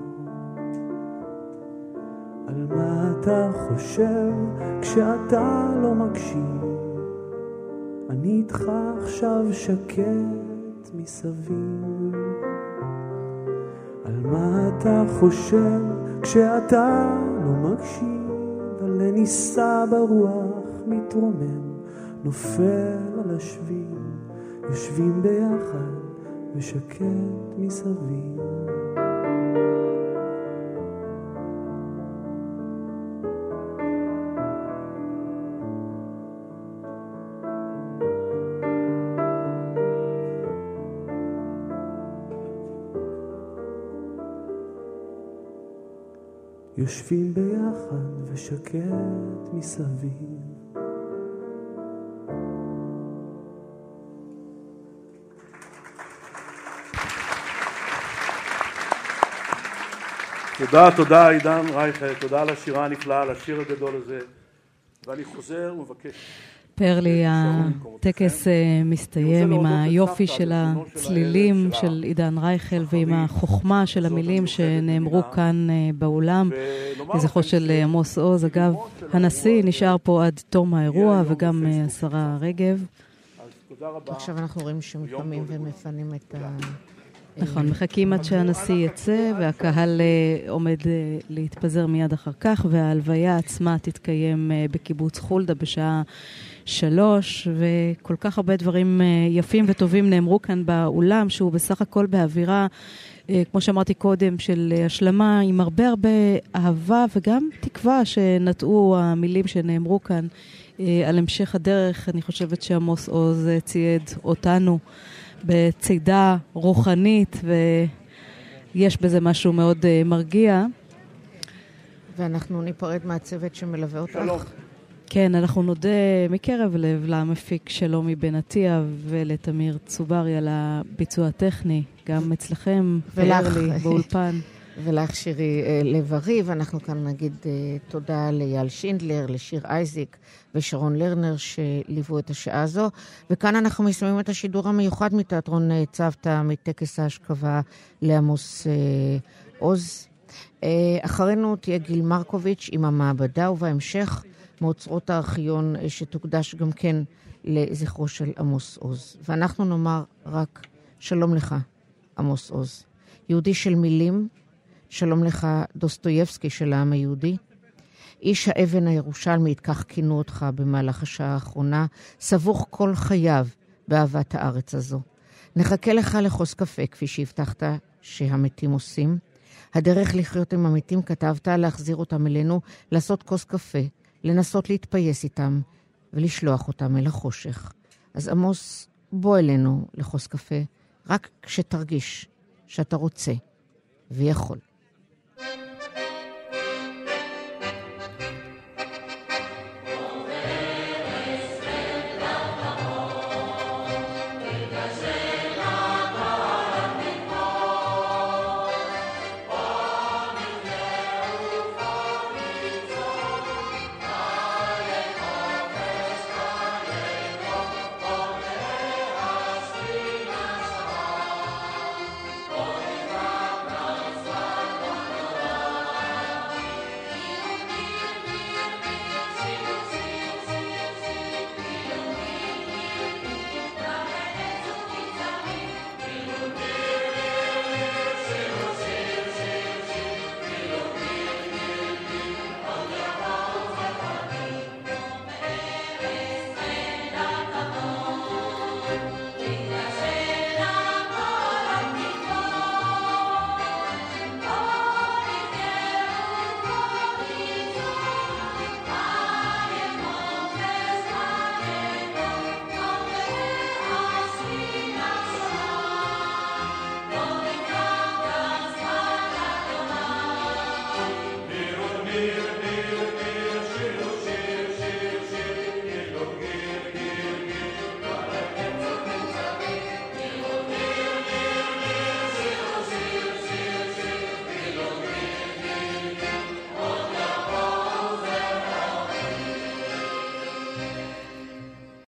S14: על מה אתה חושב כשאתה לא מקשיב? אני איתך עכשיו שקט מסביב. על מה אתה חושב כשאתה לא מקשיב? עלה ניסה ברוח, מתרומם, נופל על השביל. יושבים ביחד ושקט מסביב. יושבים ביחד ושקט מסביב.
S5: תודה, תודה עידן רייכל, תודה על השירה הנפלאה, על השיר הגדול הזה, ואני חוזר ומבקש.
S4: פרלי, הטקס מסתיים עם היופי של הצלילים של עידן רייכל ועם החוכמה של המילים שנאמרו כאן באולם לזכרו של עמוס עוז. אגב, הנשיא נשאר פה עד תום האירוע וגם השרה רגב.
S3: עכשיו אנחנו רואים שמקמים ומפנים את ה...
S4: נכון, מחכים עד שהנשיא יצא והקהל עומד להתפזר מיד אחר כך, וההלוויה עצמה תתקיים בקיבוץ חולדה בשעה שלוש, וכל כך הרבה דברים יפים וטובים נאמרו כאן באולם, שהוא בסך הכל באווירה, כמו שאמרתי קודם, של השלמה עם הרבה הרבה אהבה וגם תקווה שנטעו המילים שנאמרו כאן על המשך הדרך. אני חושבת שעמוס עוז צייד אותנו בצידה רוחנית, ויש בזה משהו מאוד uh, מרגיע.
S3: ואנחנו ניפרד מהצוות שמלווה אותך.
S5: שלום.
S4: כן, אנחנו נודה מקרב לב למפיק שלומי בן עטיה ולתמיר צוברי על הביצוע הטכני, גם אצלכם, פרלי, באולפן.
S3: ולך שירי לב-ארי, ואנחנו כאן נגיד תודה ליאל שינדלר, לשיר אייזיק ושרון לרנר שליוו את השעה הזו. וכאן אנחנו מסיימים את השידור המיוחד מתיאטרון צוותא, מטקס ההשכבה לעמוס עוז. אחרינו תהיה גיל מרקוביץ' עם המעבדה, ובהמשך מאוצרות הארכיון שתוקדש גם כן לזכרו של עמוס עוז. ואנחנו נאמר רק שלום לך, עמוס עוז. יהודי של מילים, שלום לך דוסטויבסקי של העם היהודי. איש האבן הירושלמית, כך כינו אותך במהלך השעה האחרונה, סבוך כל חייו באהבת הארץ הזו. נחכה לך לחוס קפה, כפי שהבטחת שהמתים עושים. הדרך לחיות עם המתים כתבת, להחזיר אותם אלינו, לעשות כוס קפה, לנסות להתפייס איתם ולשלוח אותם אל החושך. אז עמוס, בוא אלינו לחוס קפה רק כשתרגיש שאתה רוצה ויכול.